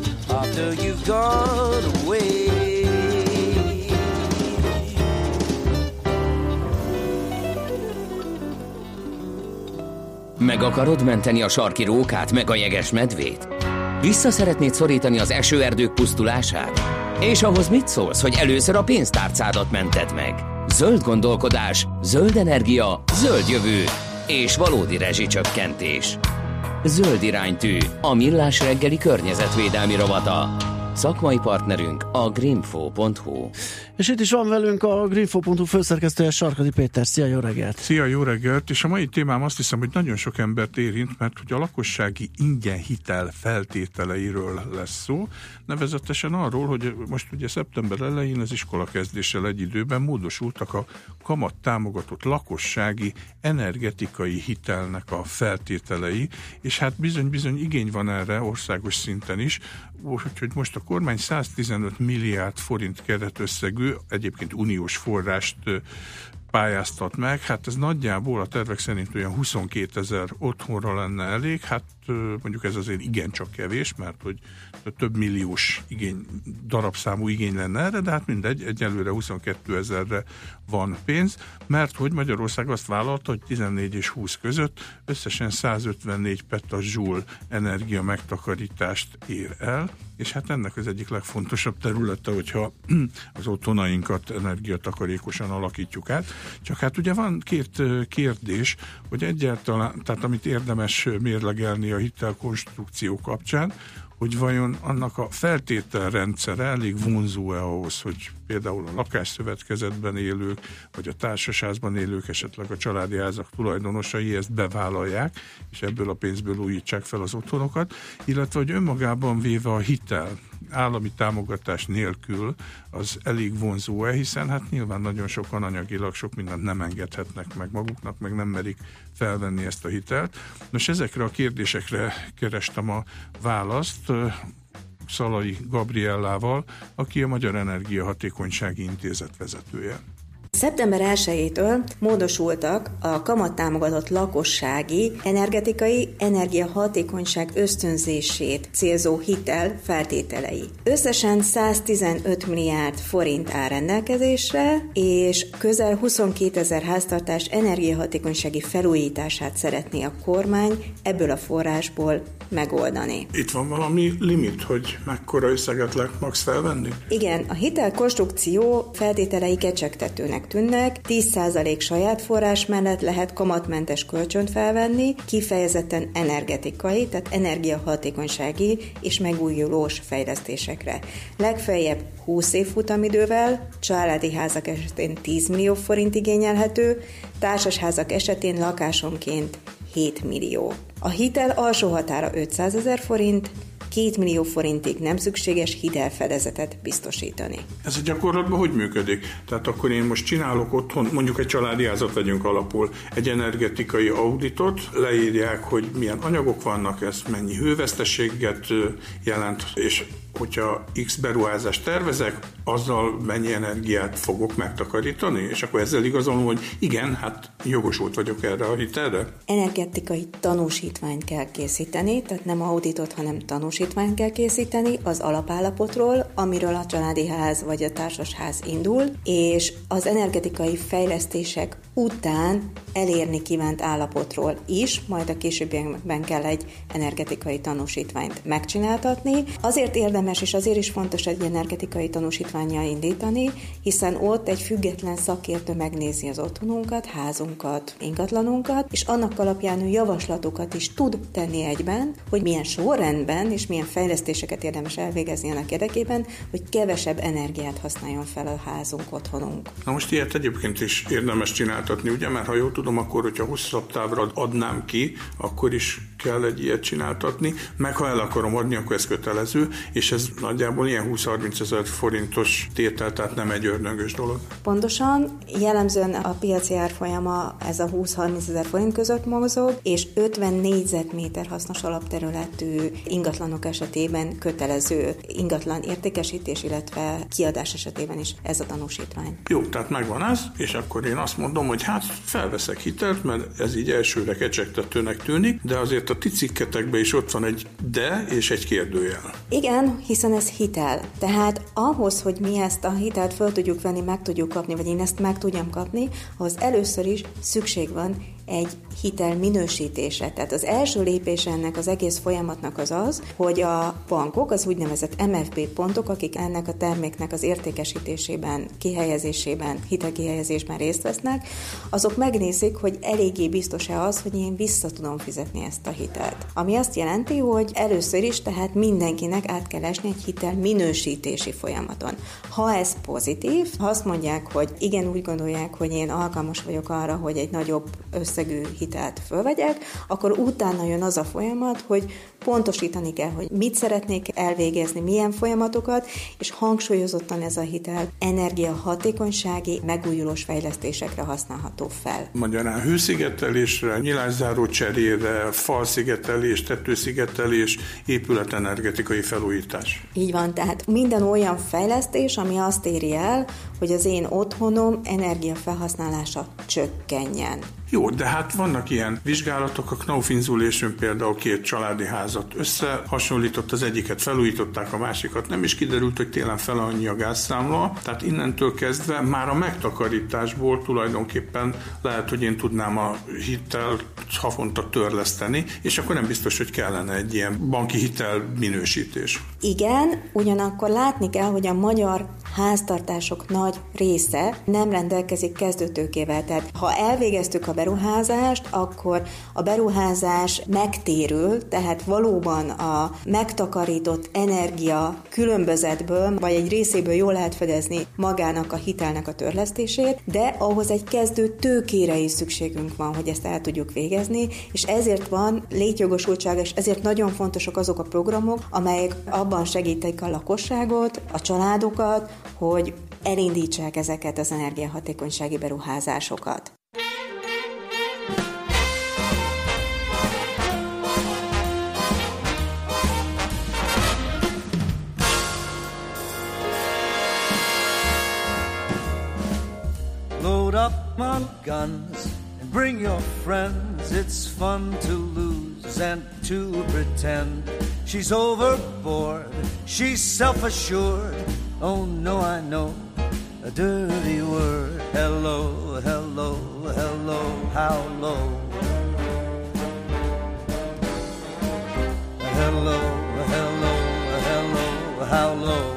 away. Meg akarod menteni a sarki rókát, meg a jeges medvét? Vissza szeretnéd szorítani az esőerdők pusztulását? És ahhoz mit szólsz, hogy először a pénztárcádat mented meg? Zöld gondolkodás, zöld energia, zöld jövő és valódi rezsicsökkentés. Zöld iránytű, a Millás reggeli környezetvédelmi rovata. Szakmai partnerünk a greenfo.hu. És itt is van velünk a greenfo.hu főszerkesztője, Sarkadi Péter. Szia, jó reggelt! Szia, jó reggelt! És a mai témám azt hiszem, hogy nagyon sok embert érint, mert hogy a lakossági ingyen hitel feltételeiről lesz szó. Nevezetesen arról, hogy most ugye szeptember elején az iskola kezdéssel egy időben módosultak a kamat támogatott lakossági energetikai hitelnek a feltételei, és hát bizony igény van erre országos szinten is, úgyhogy most a kormány 115 milliárd forint keretösszegű, egyébként uniós forrást pályáztat meg, hát ez nagyjából a tervek szerint olyan 22 000 otthonra lenne elég, hát mondjuk ez azért igencsak kevés, mert hogy több milliós darabszámú igény lenne erre, de hát mindegy, egyelőre 22 000-re van pénz, mert hogy Magyarország azt vállalta, hogy 14 és 20 között összesen 154 petajoule energia megtakarítást ér el, és hát ennek az egyik legfontosabb területe, hogyha az otthonainkat energiatakarékosan alakítjuk át. Csak hát ugye van két kérdés, hogy egyáltalán, tehát amit érdemes mérlegelni a hitelkonstrukció kapcsán, hogy vajon annak a feltételrendszere elég vonzó-e ahhoz, hogy például a lakásszövetkezetben élők, vagy a társasházban élők, esetleg a családi házak tulajdonosai ezt bevállalják, és ebből a pénzből újítsák fel az otthonokat, illetve hogy önmagában véve a hitel állami támogatás nélkül az elég vonzó-e, hiszen hát nyilván nagyon sokan anyagilag sok mindent nem engedhetnek meg maguknak, meg nem merik felvenni ezt a hitelt. Nos, ezekre a kérdésekre kerestem a választ Szalai Gabriellával, aki a Magyar Energiahatékonysági Intézet vezetője. Szeptember 1-től módosultak a kamattámogatott lakossági energetikai energiahatékonyság ösztönzését célzó hitel feltételei. Összesen 115 milliárd forint áll rendelkezésre, és közel 22 000 háztartás energiahatékonysági felújítását szeretné a kormány ebből a forrásból megoldani. Itt van valami limit, hogy mekkora összeget lehet max felvenni? Igen, a hitel konstrukció feltételei kecsegtetőnek tűnnek, 10% saját forrás mellett lehet kamatmentes kölcsönt felvenni, kifejezetten energetikai, tehát energiahatékonysági és megújulós fejlesztésekre. Legfeljebb 20 év futamidővel, családi házak esetén 10 millió forint igényelhető, társasházak esetén lakásonként 7 millió. A hitel alsó határa 500 000 forint, 2 millió forintig nem szükséges hitelfedezetet biztosítani. Ez a gyakorlatban hogy működik? Tehát akkor én most csinálok otthon, mondjuk egy családi házat vegyünk alapul, egy energetikai auditot, leírják, hogy milyen anyagok vannak, ez mennyi hőveszteséget jelent, és hogyha X beruházást tervezek, azzal mennyi energiát fogok megtakarítani, és akkor ezzel igazolom, hogy igen, hát jogosult vagyok erre a hitelre. Energetikai tanúsítványt kell készíteni, tehát nem auditot, hanem tanúsítványt kell készíteni az alapállapotról, amiről a családi ház vagy a társasház indul, és az energetikai fejlesztések után elérni kívánt állapotról is, majd a későbbiekben kell egy energetikai tanúsítványt megcsináltatni. Azért érdemes és azért is fontos egy energetikai tanúsítvánnyal indítani, hiszen ott egy független szakértő megnézi az otthonunkat, házunkat, ingatlanunkat, és annak alapján ő javaslatokat is tud tenni egyben, hogy milyen sorrendben és milyen fejlesztéseket érdemes elvégezni annak érdekében, hogy kevesebb energiát használjon fel a házunk, otthonunk. Na most ilyet egyébként is érdemes csináltatni, ugye? Mert ha jól tudom, akkor, hogyha hosszabb távra adnám ki, akkor is kell egy ilyet csináltatni, meg ha el akarom adni, akkor ez kötelező, és ez nagyjából ilyen 20-30 000 forintos tétel, tehát nem egy ördögös dolog. Pontosan, jellemzően a piaci árfolyama ez a 20-30 000 forint között mozog, és 50 négyzetméter hasznos alapterületű ingatlanok esetében kötelező ingatlan értékesítés, illetve kiadás esetében is ez a tanúsítvány. Jó, tehát megvan ez, és akkor én azt mondom, hogy hát felveszek hitelt, mert ez így elsőre kecsegtetőnek tűnik, de azért a ti cikketekben is ott van egy de és egy kérdőjel. Igen, hiszen ez hitel. Tehát ahhoz, hogy mi ezt a hitelt föl tudjuk venni, meg tudjuk kapni, vagy én ezt meg tudjam kapni, ahhoz először is szükség van egy hitel minősítésre. Tehát az első lépés ennek az egész folyamatnak az, hogy a bankok, az úgynevezett MFB pontok, akik ennek a terméknek az értékesítésében, kihelyezésében, hitelkihelyezésben részt vesznek, azok megnézik, hogy eléggé biztos-e az, hogy én vissza tudom fizetni ezt a hitelt. Ami azt jelenti, hogy először is tehát mindenkinek át kell esni egy hitel minősítési folyamaton. Ha ez pozitív, ha azt mondják, hogy igen, úgy gondolják, hogy én alkalmas vagyok arra, hogy egy nagyobb összegű hitelt fölvegyek, akkor utána jön az a folyamat, hogy pontosítani kell, hogy mit szeretnék elvégezni, milyen folyamatokat, és hangsúlyozottan ez a hitel energiahatékonysági, megújulós fejlesztésekre használható fel. Magyarán hőszigetelésre, nyilászáró cserére, falszigetelés, tetőszigetelés, épületenergetikai felújítás. Így van, tehát minden olyan fejlesztés, ami azt éri el, hogy az én otthonom energiafelhasználása csökkenjen. Jó, de hát vannak ilyen vizsgálatok, a Knauf Insulation például 2 családi házat összehasonlított, az egyiket felújították, a másikat nem, és kiderült, hogy télen fele annyi a gázszámla, tehát innentől kezdve már a megtakarításból tulajdonképpen lehet, hogy én tudnám a hitelt havonta törleszteni, és akkor nem biztos, hogy kellene egy ilyen banki hitel minősítés. Igen, ugyanakkor látni kell, hogy a magyar háztartások nagy része nem rendelkezik kezdőtőkével. Tehát ha elvégeztük a beruházást, akkor a beruházás megtérül, tehát valóban a megtakarított energia különbözetből, vagy egy részéből jól lehet fedezni magának a hitelnek a törlesztését, de ahhoz egy kezdő tőkére is szükségünk van, hogy ezt el tudjuk végezni, és ezért van létjogosultság, és ezért nagyon fontosak azok a programok, amelyek abban segítik a lakosságot, a családokat, hogy elindítsák ezeket az energiahatékonysági beruházásokat. Load up on guns and bring your friends. It's fun to lose and to pretend. She's overboard, she's self-assured. Oh no, I know a dirty word. Hello, hello, hello, how low. Hello, hello, hello, how low.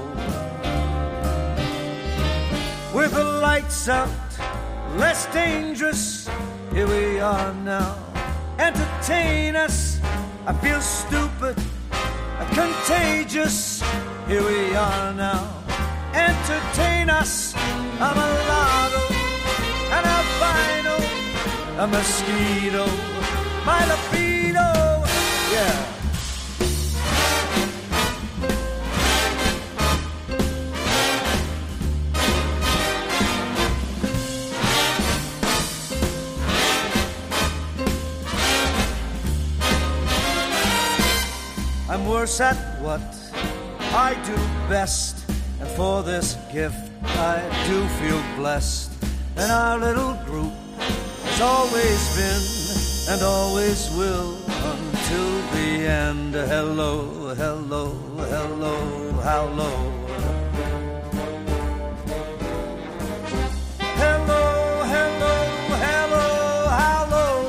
With the lights out, less dangerous, here we are now. Entertain us, I feel stupid, contagious, here we are now. Entertain us, I'm a lotto, an albino, a mosquito, my libido, yeah. I'm worse at what I do best, and for this gift I do feel blessed. And our little group has always been and always will until the end. Hello, hello, hello, how low. Hello, hello, hello, how low.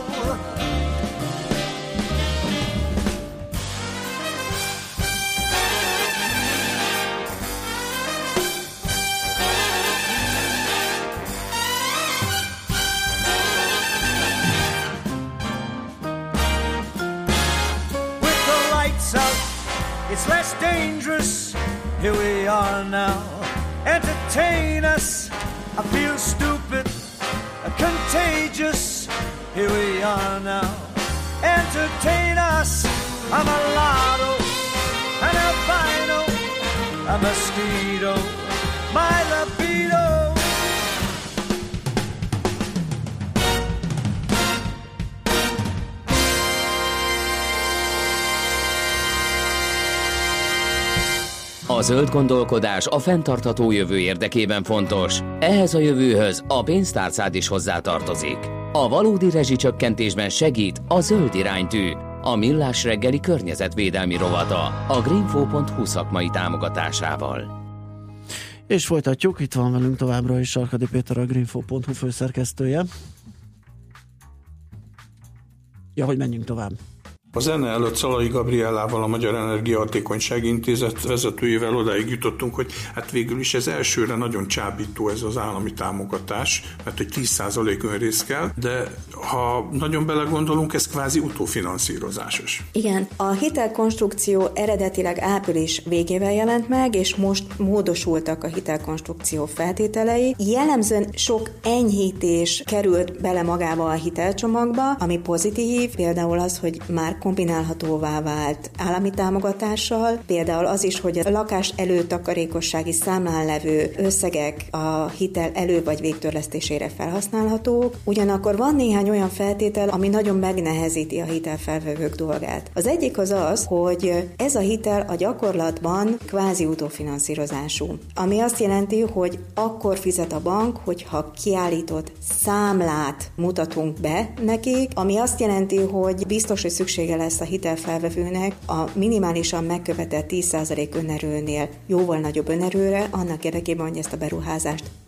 It's less dangerous, here we are now. Entertain us, I feel stupid, contagious, here we are now. Entertain us, I'm a lotto, an albino, a mosquito, my libido. A zöld gondolkodás a fenntartható jövő érdekében fontos. Ehhez a jövőhöz a pénztárcád is hozzátartozik. A valódi rezsicsökkentésben segít a Zöld iránytű, a Millás reggeli környezetvédelmi rovata, a greenfo.hu szakmai támogatásával. És folytatjuk, itt van velünk továbbra is Sarkadi Péter, a greenfo.hu főszerkesztője. Ja, hogy menjünk tovább. A zene előtt Szalai Gabriellával, a Magyar Energiahatékonysági Intézet vezetőjével odáig jutottunk, hogy hát végül is ez elsőre nagyon csábító ez az állami támogatás, mert hogy 10% önrész kell, de ha nagyon belegondolunk, ez kvázi utófinanszírozásos. Igen, a hitelkonstrukció eredetileg április végével jelent meg, és most módosultak a hitelkonstrukció feltételei. Jellemzően sok enyhítés került bele magába a hitelcsomagba, ami pozitív, például az, hogy már kombinálhatóvá vált állami támogatással, például az is, hogy a lakás előtakarékossági számlán levő összegek a hitel elő- vagy végtörlesztésére felhasználhatók, ugyanakkor van néhány olyan feltétel, ami nagyon megnehezíti a hitelfelvevők dolgát. Az egyik az, hogy ez a hitel a gyakorlatban kvázi utófinanszírozású, ami azt jelenti, hogy akkor fizet a bank, hogyha kiállított számlát mutatunk be nekik, ami azt jelenti, hogy biztos, hogy szüksége lesz a hitelfelvevőnek a minimálisan megkövetelt 10% önerőnél jóval nagyobb önerőre, annak érdekében, hogy ezt a beruházást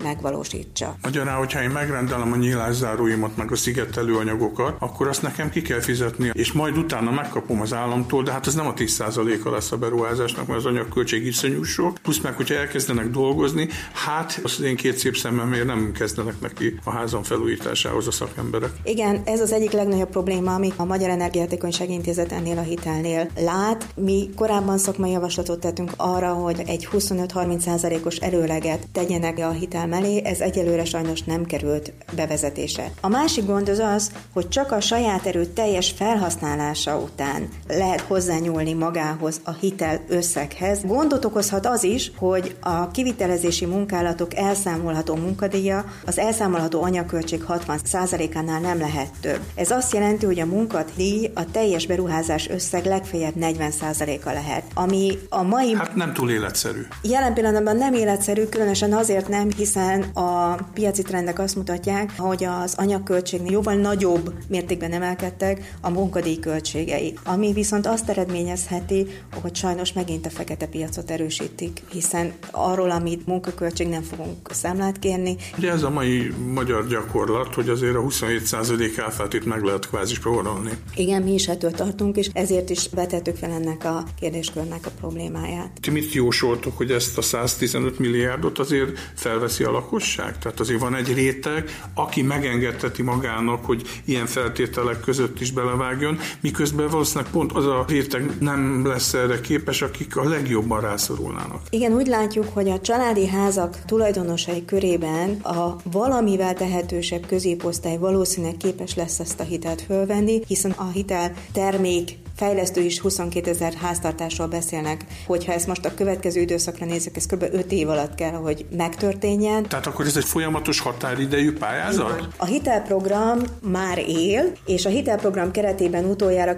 megvalósítsa. Magyarán, hogyha én megrendelem a nyílászáróimat, meg a szigetelő anyagokat, akkor azt nekem ki kell fizetni, és majd utána megkapom az államtól, de hát ez nem a 10%-a lesz a beruházásnak, mert az anyagköltség iszonyú sok. Plusz meg, hogyha elkezdenek dolgozni, hát az én két szép szemmel nem kezdenek neki a házam felújításához a szakemberek. Igen, ez az egyik legnagyobb probléma, ami a Magyar Energiahatékonysági Intézet ennél a hitelnél lát. Mi korábban szakmai javaslatot tettünk arra, hogy egy 25-30%-os előleget tegyenek a hitel mellé, ez egyelőre sajnos nem került bevezetése. A másik gond az, hogy csak a saját erő teljes felhasználása után lehet hozzányúlni magához a hitel összeghez. Gondot okozhat az is, hogy a kivitelezési munkálatok elszámolható munkadíja az elszámolható anyagköltség 60%-ánál nem lehet több. Ez azt jelenti, hogy a munkadíj a teljes beruházás összeg legfeljebb 40%-a lehet, ami a mai... Hát nem túl életszerű. Jelen pillanatban nem életszerű, különösen azért nem, hiszen a piaci trendek azt mutatják, hogy az anyagköltségnél jóval nagyobb mértékben emelkedtek a munkadíj költségei, ami viszont azt eredményezheti, hogy sajnos megint a fekete piacot erősítik, hiszen arról, amit munkaköltség nem fogunk számlát kérni. Ugye ez a mai magyar gyakorlat, hogy azért a 27% áfát itt meg lehet kvázi spórolni. Igen, mi is ettől tartunk, és ezért is vetettük fel ennek a kérdéskörnek a problémáját. Ti mit jósoltok, hogy ezt a 115 milliárdot azért felveszi a lakosság? Tehát azért van egy réteg, aki megengedheti magának, hogy ilyen feltételek között is belevágjon, miközben valószínűleg pont az a réteg nem lesz erre képes, akik a legjobban rászorulnának. Igen, úgy látjuk, hogy a családi házak tulajdonosai körében a valamivel tehetősebb középosztály valószínűleg képes lesz ezt a hitelt fölvenni, hiszen a hitel termék fejlesztő is 22 000 háztartásról beszélnek, hogyha ezt most a következő időszakra nézzük, ez kb. 5 év alatt kell, hogy megtörténjen. Tehát akkor ez egy folyamatos határidejű pályázat? A hitelprogram már él, és a hitelprogram keretében utoljára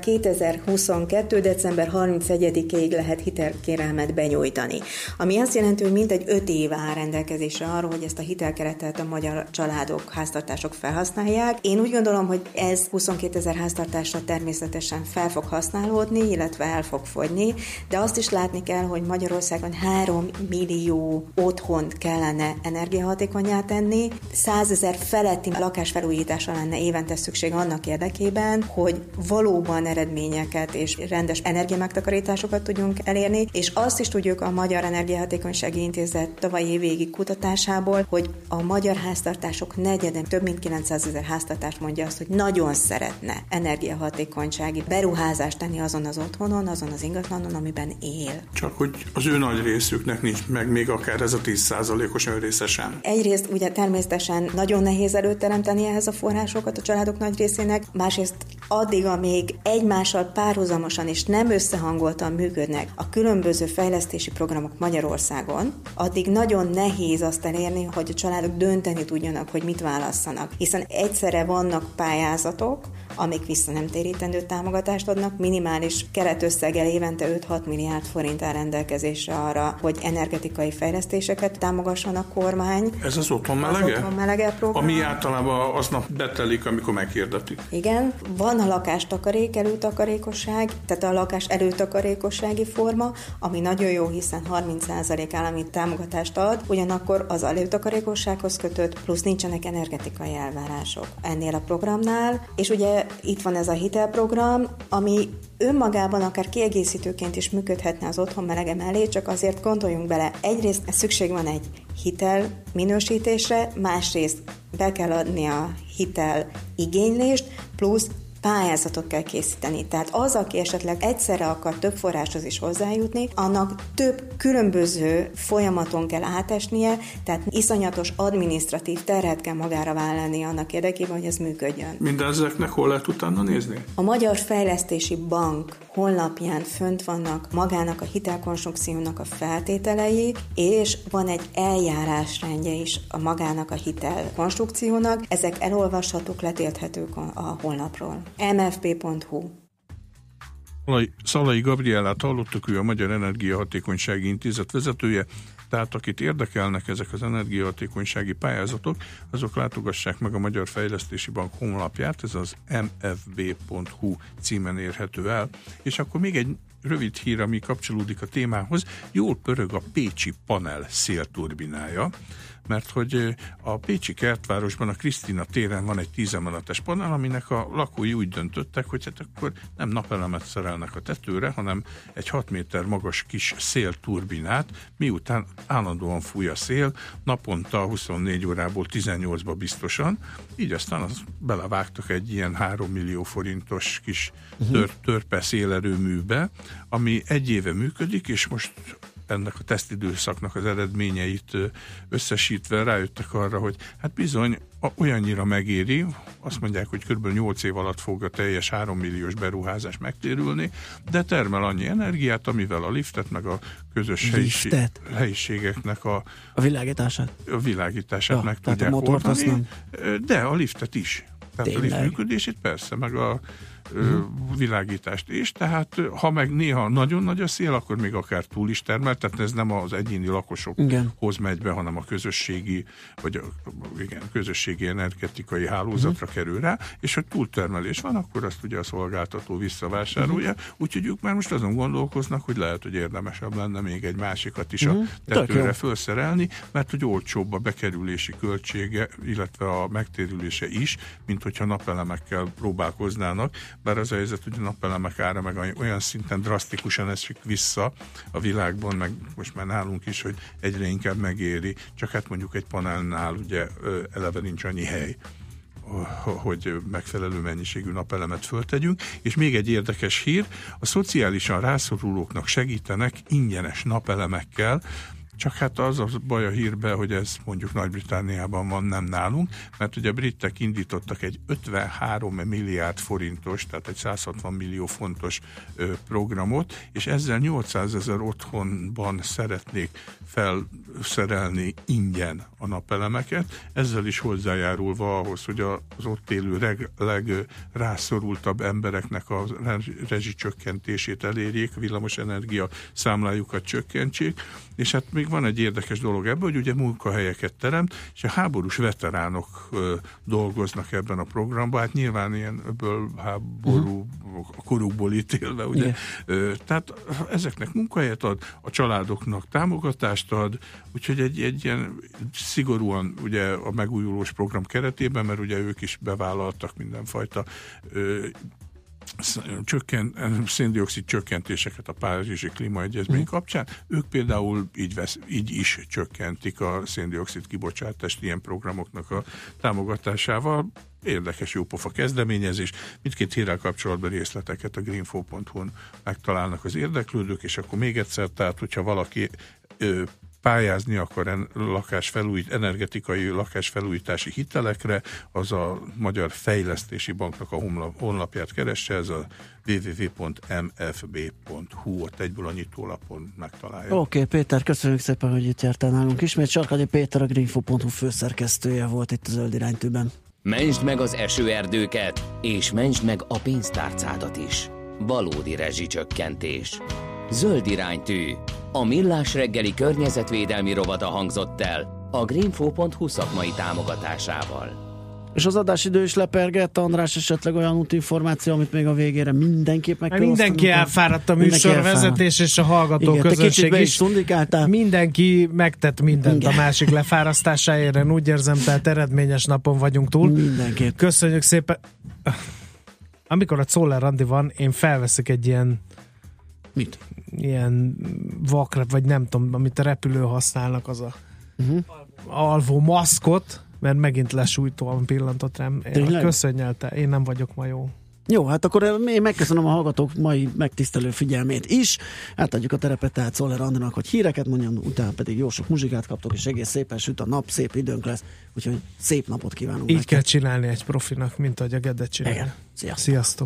2022. december 31-ig lehet hitelkérelmet benyújtani. Ami azt jelenti, hogy mintegy 5 év áll rendelkezésre arról, hogy ezt a hitelkeretet a magyar családok, háztartások felhasználják. Én úgy gondolom, hogy ez 22 000 háztartásra természetesen fel fog használódni, illetve el fog fogyni, de azt is látni kell, hogy Magyarországon 3 millió otthont kellene energiahatékonnyá tenni, 100 000 feletti lakásfelújításra lenne évente szükség annak érdekében, hogy valóban eredményeket és rendes energiamegtakarításokat tudjunk elérni, és azt is tudjuk a Magyar Energiahatékonysági Intézet tavalyi év végi kutatásából, hogy a magyar háztartások negyede, több mint 900 000 háztartás mondja azt, hogy nagyon szeretne energiahatékonysági beruházást tenni azon az otthonon, azon az ingatlanon, amiben él. Csak hogy az ő nagy részüknek nincs meg még akár ez a 10%-os önrésze sem. Egyrészt ugye természetesen nagyon nehéz előteremteni ehhez a forrásokat a családok nagy részének, másrészt addig, amíg egymással párhuzamosan és nem összehangoltan működnek a különböző fejlesztési programok Magyarországon, addig nagyon nehéz azt elérni, hogy a családok dönteni tudjanak, hogy mit válasszanak. Hiszen egyszerre vannak pályázatok, amik vissza nem térítendő támogatást adnak, minimális keretösszeggel évente 5-6 milliárd forint áll rendelkezésre arra, hogy energetikai fejlesztéseket támogasson a kormány. Ez az otthon melege? Az otthon melege program. Ami általában aznap betelik, amikor megkérdetik. Igen, van a lakástakarék, előtakarékosság, tehát a lakás előtakarékossági forma, ami nagyon jó, hiszen 30% állami támogatást ad, ugyanakkor az előtakarékossághoz kötött, plusz nincsenek energetikai elvárások ennél a programnál, és ugye itt van ez a hitelprogram, ami önmagában akár kiegészítőként is működhetne az otthon melege mellé, csak azért gondoljunk bele, egyrészt szükség van egy hitel minősítésre, másrészt be kell adni a hitel igénylést, plusz pályázatot kell készíteni. Tehát az, aki esetleg egyszerre akar több forráshoz is hozzájutni, annak több különböző folyamaton kell átesnie, tehát iszonyatos adminisztratív terhet kell magára vállalni annak érdekében, hogy ez működjön. Mindezeknek hol lehet utána nézni? A Magyar Fejlesztési Bank honlapján fönt vannak magának a hitelkonstrukciónak a feltételei, és van egy eljárásrendje is a magának a hitelkonstrukciónak. Ezek elolvashatók, letölthetők a honlapról. mfp.hu. Szalai Gabriellát hallottuk, ő a Magyar Energiahatékonysági Intézet vezetője, tehát akit érdekelnek ezek az energiahatékonysági pályázatok, azok látogassák meg a Magyar Fejlesztési Bank honlapját, ez az mfb.hu címen érhető el, és akkor még egy rövid hír, ami kapcsolódik a témához, jól pörög a pécsi panel szélturbinája, mert hogy a pécsi Kertvárosban a Krisztina téren van egy 10 emeletes panel, aminek a lakói úgy döntöttek, hogy hát akkor nem napelemet szerelnek a tetőre, hanem egy 6 méter magas kis szélturbinát, miután állandóan fúj a szél, naponta 24 órából 18-ba biztosan, így aztán belevágtak egy ilyen 3 millió forintos kis törpe szélerőműbe, ami 1 éve működik, és most ennek a tesztidőszaknak az eredményeit összesítve rájöttek arra, hogy hát bizony olyannyira megéri, azt mondják, hogy kb. 8 év alatt fog a teljes 3 milliós beruházás megtérülni, de termel annyi energiát, amivel a liftet, meg a közös helyiségeknek a világítását meg tudják oldani, de a liftet is. Tehát a lift működését persze, meg a világítást is, tehát ha meg néha nagyon nagy a szél, akkor még akár túl is termel, tehát ez nem az egyéni lakosokhoz megy be, hanem a közösségi, vagy közösségi energetikai hálózatra kerül rá, és ha túltermelés van, akkor azt ugye a szolgáltató visszavásárolja, úgyhogy ők már most azon gondolkoznak, hogy lehet, hogy érdemesebb lenne még egy másikat is a tetőre felszerelni, mert hogy olcsóbb a bekerülési költsége, illetve a megtérülése is, mint hogyha napelemekkel próbálkoznának, bár az a helyzet, hogy a napelemek ára meg olyan szinten drasztikusan esik vissza a világban, meg most már nálunk is, hogy egyre inkább megéri, csak hát mondjuk egy panelnál ugye eleve nincs annyi hely, hogy megfelelő mennyiségű napelemet föltegyünk. És még egy érdekes hír, a szociálisan rászorulóknak segítenek ingyenes napelemekkel, csak hát az a baj a hírben, hogy ez mondjuk Nagy-Britanniában van, nem nálunk, mert ugye a britek indítottak egy 53 milliárd forintos, tehát egy 160 millió fontos programot, és ezzel 800 000 otthonban szeretnék felszerelni ingyen a napelemeket, ezzel is hozzájárulva ahhoz, hogy az ott élő legrászorultabb embereknek a rezsicsökkentését elérjék, a villamosenergia számlájukat csökkentsék, és hát még van egy érdekes dolog ebben, hogy ugye munkahelyeket teremt, és a háborús veteránok dolgoznak ebben a programban, hát nyilván ilyen háború korukból ítélve, ugye. Tehát ezeknek munkahelyet ad, a családoknak támogatást ad, úgyhogy egy ilyen szigorúan ugye a megújulós program keretében, mert ugye ők is bevállaltak mindenfajta széndioxid csökkentéseket a Párizsi Klímaegyezmény kapcsán, ők például így is csökkentik a széndioxid kibocsátást ilyen programoknak a támogatásával. Érdekes, jópofa kezdeményezés. Mindkét hírrel kapcsolatban részleteket a greenfo.hu-n megtalálnak az érdeklődők, és akkor még egyszer, tehát hogyha valaki pályázni akar energetikai lakásfelújítási hitelekre, az a Magyar Fejlesztési Banknak a honlapját keresse, ez a www.mfb.hu, ott egyből a nyitólapon megtalálja. Oké, Péter, köszönjük szépen, hogy itt jártál nálunk ismét. Sarkadi Péter, a greenfo.hu főszerkesztője volt itt a Zöld Iránytűben. Mentsd meg az esőerdőket, és mentsd meg a pénztárcádat is. Valódi rezsicsökkentés. Zöld Iránytű. A Millás reggeli környezetvédelmi rovata hangzott el a greenfo.hu szakmai támogatásával. És az adásidő is lepergett, András, esetleg olyan útinformáció, amit még a végére mindenképp meg kell mindenki elfáradt a műsorvezetés, és a hallgató közönség is. Mindenki megtett mindent a másik lefárasztásáért, én úgy érzem, tehát eredményes napon vagyunk túl. Mindenképp. Köszönjük szépen. Amikor a Czoller Randi van, én felveszek egy ilyen mit? Ilyen vakra, vagy nem tudom, amit a repülő használnak, az a alvó maszkot, mert megint lesújtóan pillantott rám. Köszönjelte, én nem vagyok ma jó. Jó, hát akkor én megköszönöm a hallgatók mai megtisztelő figyelmét is. Átadjuk a terepet tehát Czoller Andinak, hogy híreket mondjon, utána pedig jó sok muzsikát kaptok, és egész szépen süt a nap, szép időnk lesz, úgyhogy szép napot kívánunk. Így kell csinálni egy profinak, mint ahogy a Gede csinálja. Sziasztok!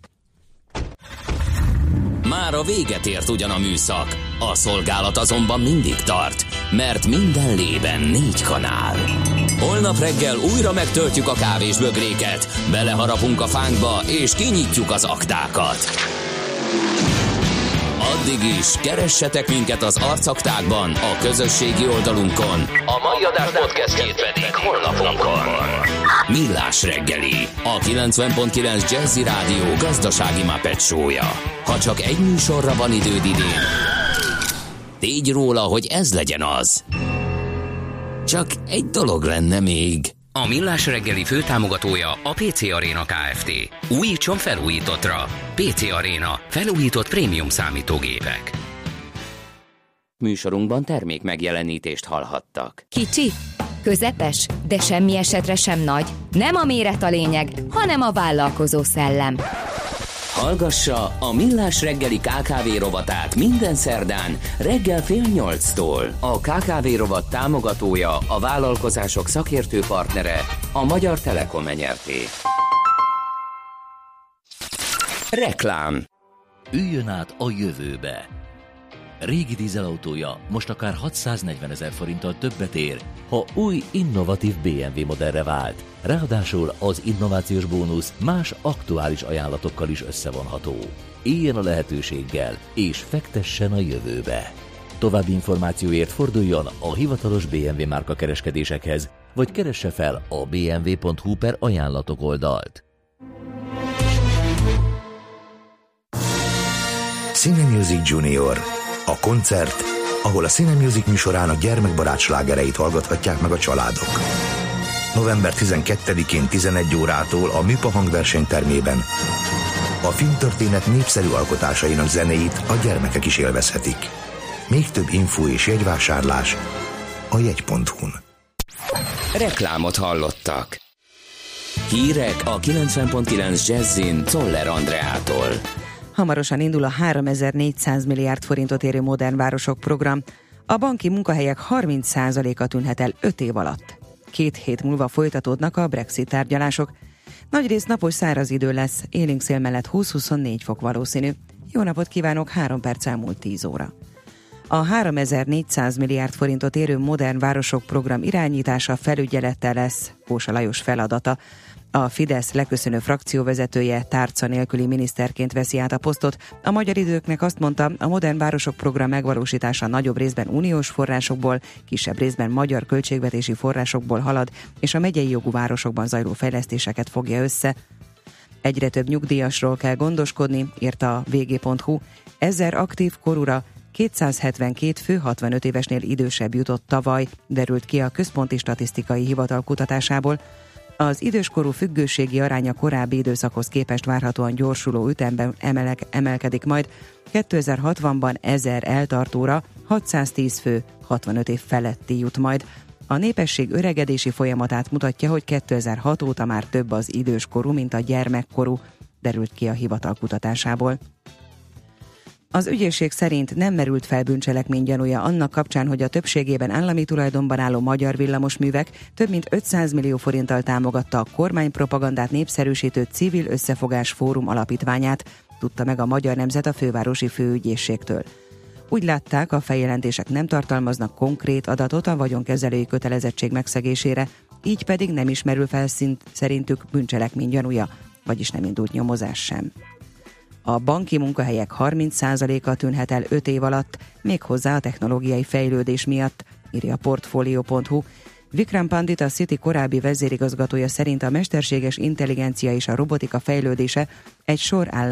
Már a véget ért ugyan a műszak, a szolgálat azonban mindig tart, mert minden lében 4 kanál. Holnap reggel újra megtöltjük a kávésbögréket, beleharapunk a fánkba és kinyitjuk az aktákat. Addig is, keressetek minket az arcaktákban, a közösségi oldalunkon. A mai adás podcastjét pedig honlapunkon. Millás reggeli, a 90.9 Jazzy Rádió gazdasági Muppet show-ja. Ha csak egy műsorra van időd idén, tégy róla, hogy ez legyen az. Csak egy dolog lenne még. A Millás reggeli főtámogatója a PC Arena Kft. Újítson felújítottra. PC Arena. Felújított prémium számítógépek. Műsorunkban termék megjelenítést hallhattak. Kicsi, közepes, de semmi esetre sem nagy. Nem a méret a lényeg, hanem a vállalkozó szellem. Hallgassa a Millás reggeli KKV rovatát minden szerdán reggel 7:30-tól. A KKV rovat támogatója, a vállalkozások szakértő partnere, a Magyar Telekom Nyrt. Reklám. Üljön át a jövőbe. Régi dízelautója most akár 640 000 forinttal többet ér, ha új, innovatív BMW modellre vált. Ráadásul az innovációs bónusz más aktuális ajánlatokkal is összevonható. Éljen a lehetőséggel, és fektessen a jövőbe. További információért forduljon a hivatalos BMW márka kereskedésekhez, vagy keresse fel a bmw.hu/ajánlatok oldalt. Cinemusic Junior. A koncert, ahol a Cinemusic műsorának gyermekbarát slágereit hallgathatják meg a családok. November 12-én 11 órától a Műpa hangversenytermében a filmtörténet népszerű alkotásainak zenéit a gyermekek is élvezhetik. Még több infó és jegyvásárlás a jegy.hu-n. Reklámot hallottak. Hírek a 90.9 Jazzin Czoller Andreától. Hamarosan indul a 3400 milliárd forintot érő Modern Városok program. A banki munkahelyek 30%-a tűnhet el 5 év alatt. 2 hét múlva folytatódnak a Brexit tárgyalások. Nagyrészt napos száraz idő lesz, élénk szél mellett 20-24 fok valószínű. Jó napot kívánok, 3 perc elmúlt 10 óra. A 3400 milliárd forintot érő Modern Városok program irányítása felügyelettel lesz Kósa Lajos feladata. A Fidesz leköszönő frakcióvezetője tárca nélküli miniszterként veszi át a posztot. A Magyar Időknek azt mondta, a Modern Városok program megvalósítása nagyobb részben uniós forrásokból, kisebb részben magyar költségvetési forrásokból halad, és a megyei jogú városokban zajló fejlesztéseket fogja össze. Egyre több nyugdíjasról kell gondoskodni, írta a vg.hu. 1000 aktív korúra 272 fő 65 évesnél idősebb jutott tavaly, derült ki a Központi Statisztikai Hivatal kutatásából. Az időskorú függőségi aránya korábbi időszakhoz képest várhatóan gyorsuló ütemben emelkedik majd. 2060-ban 1000 eltartóra 610 fő 65 év feletti jut majd. A népesség öregedési folyamatát mutatja, hogy 2006 óta már több az időskorú, mint a gyermekkorú, derült ki a hivatal kutatásából. Az ügyészség szerint nem merült fel bűncselekmény gyanúja annak kapcsán, hogy a többségében állami tulajdonban álló magyar villamosművek több mint 500 millió forinttal támogatta a kormánypropagandát népszerűsítő Civil Összefogás Fórum alapítványát, tudta meg a Magyar Nemzet a fővárosi főügyészségtől. Úgy látták, a feljelentések nem tartalmaznak konkrét adatot a vagyonkezelői kötelezettség megszegésére, így pedig nem is merül fel szerintük bűncselekmény gyanúja, vagyis nem indult nyomozás sem. A banki munkahelyek 30%-a tűnhet el 5 év alatt, méghozzá a technológiai fejlődés miatt, írja a Portfolio.hu. Vikram Pandit, a Citi korábbi vezérigazgatója szerint a mesterséges intelligencia és a robotika fejlődése egy sor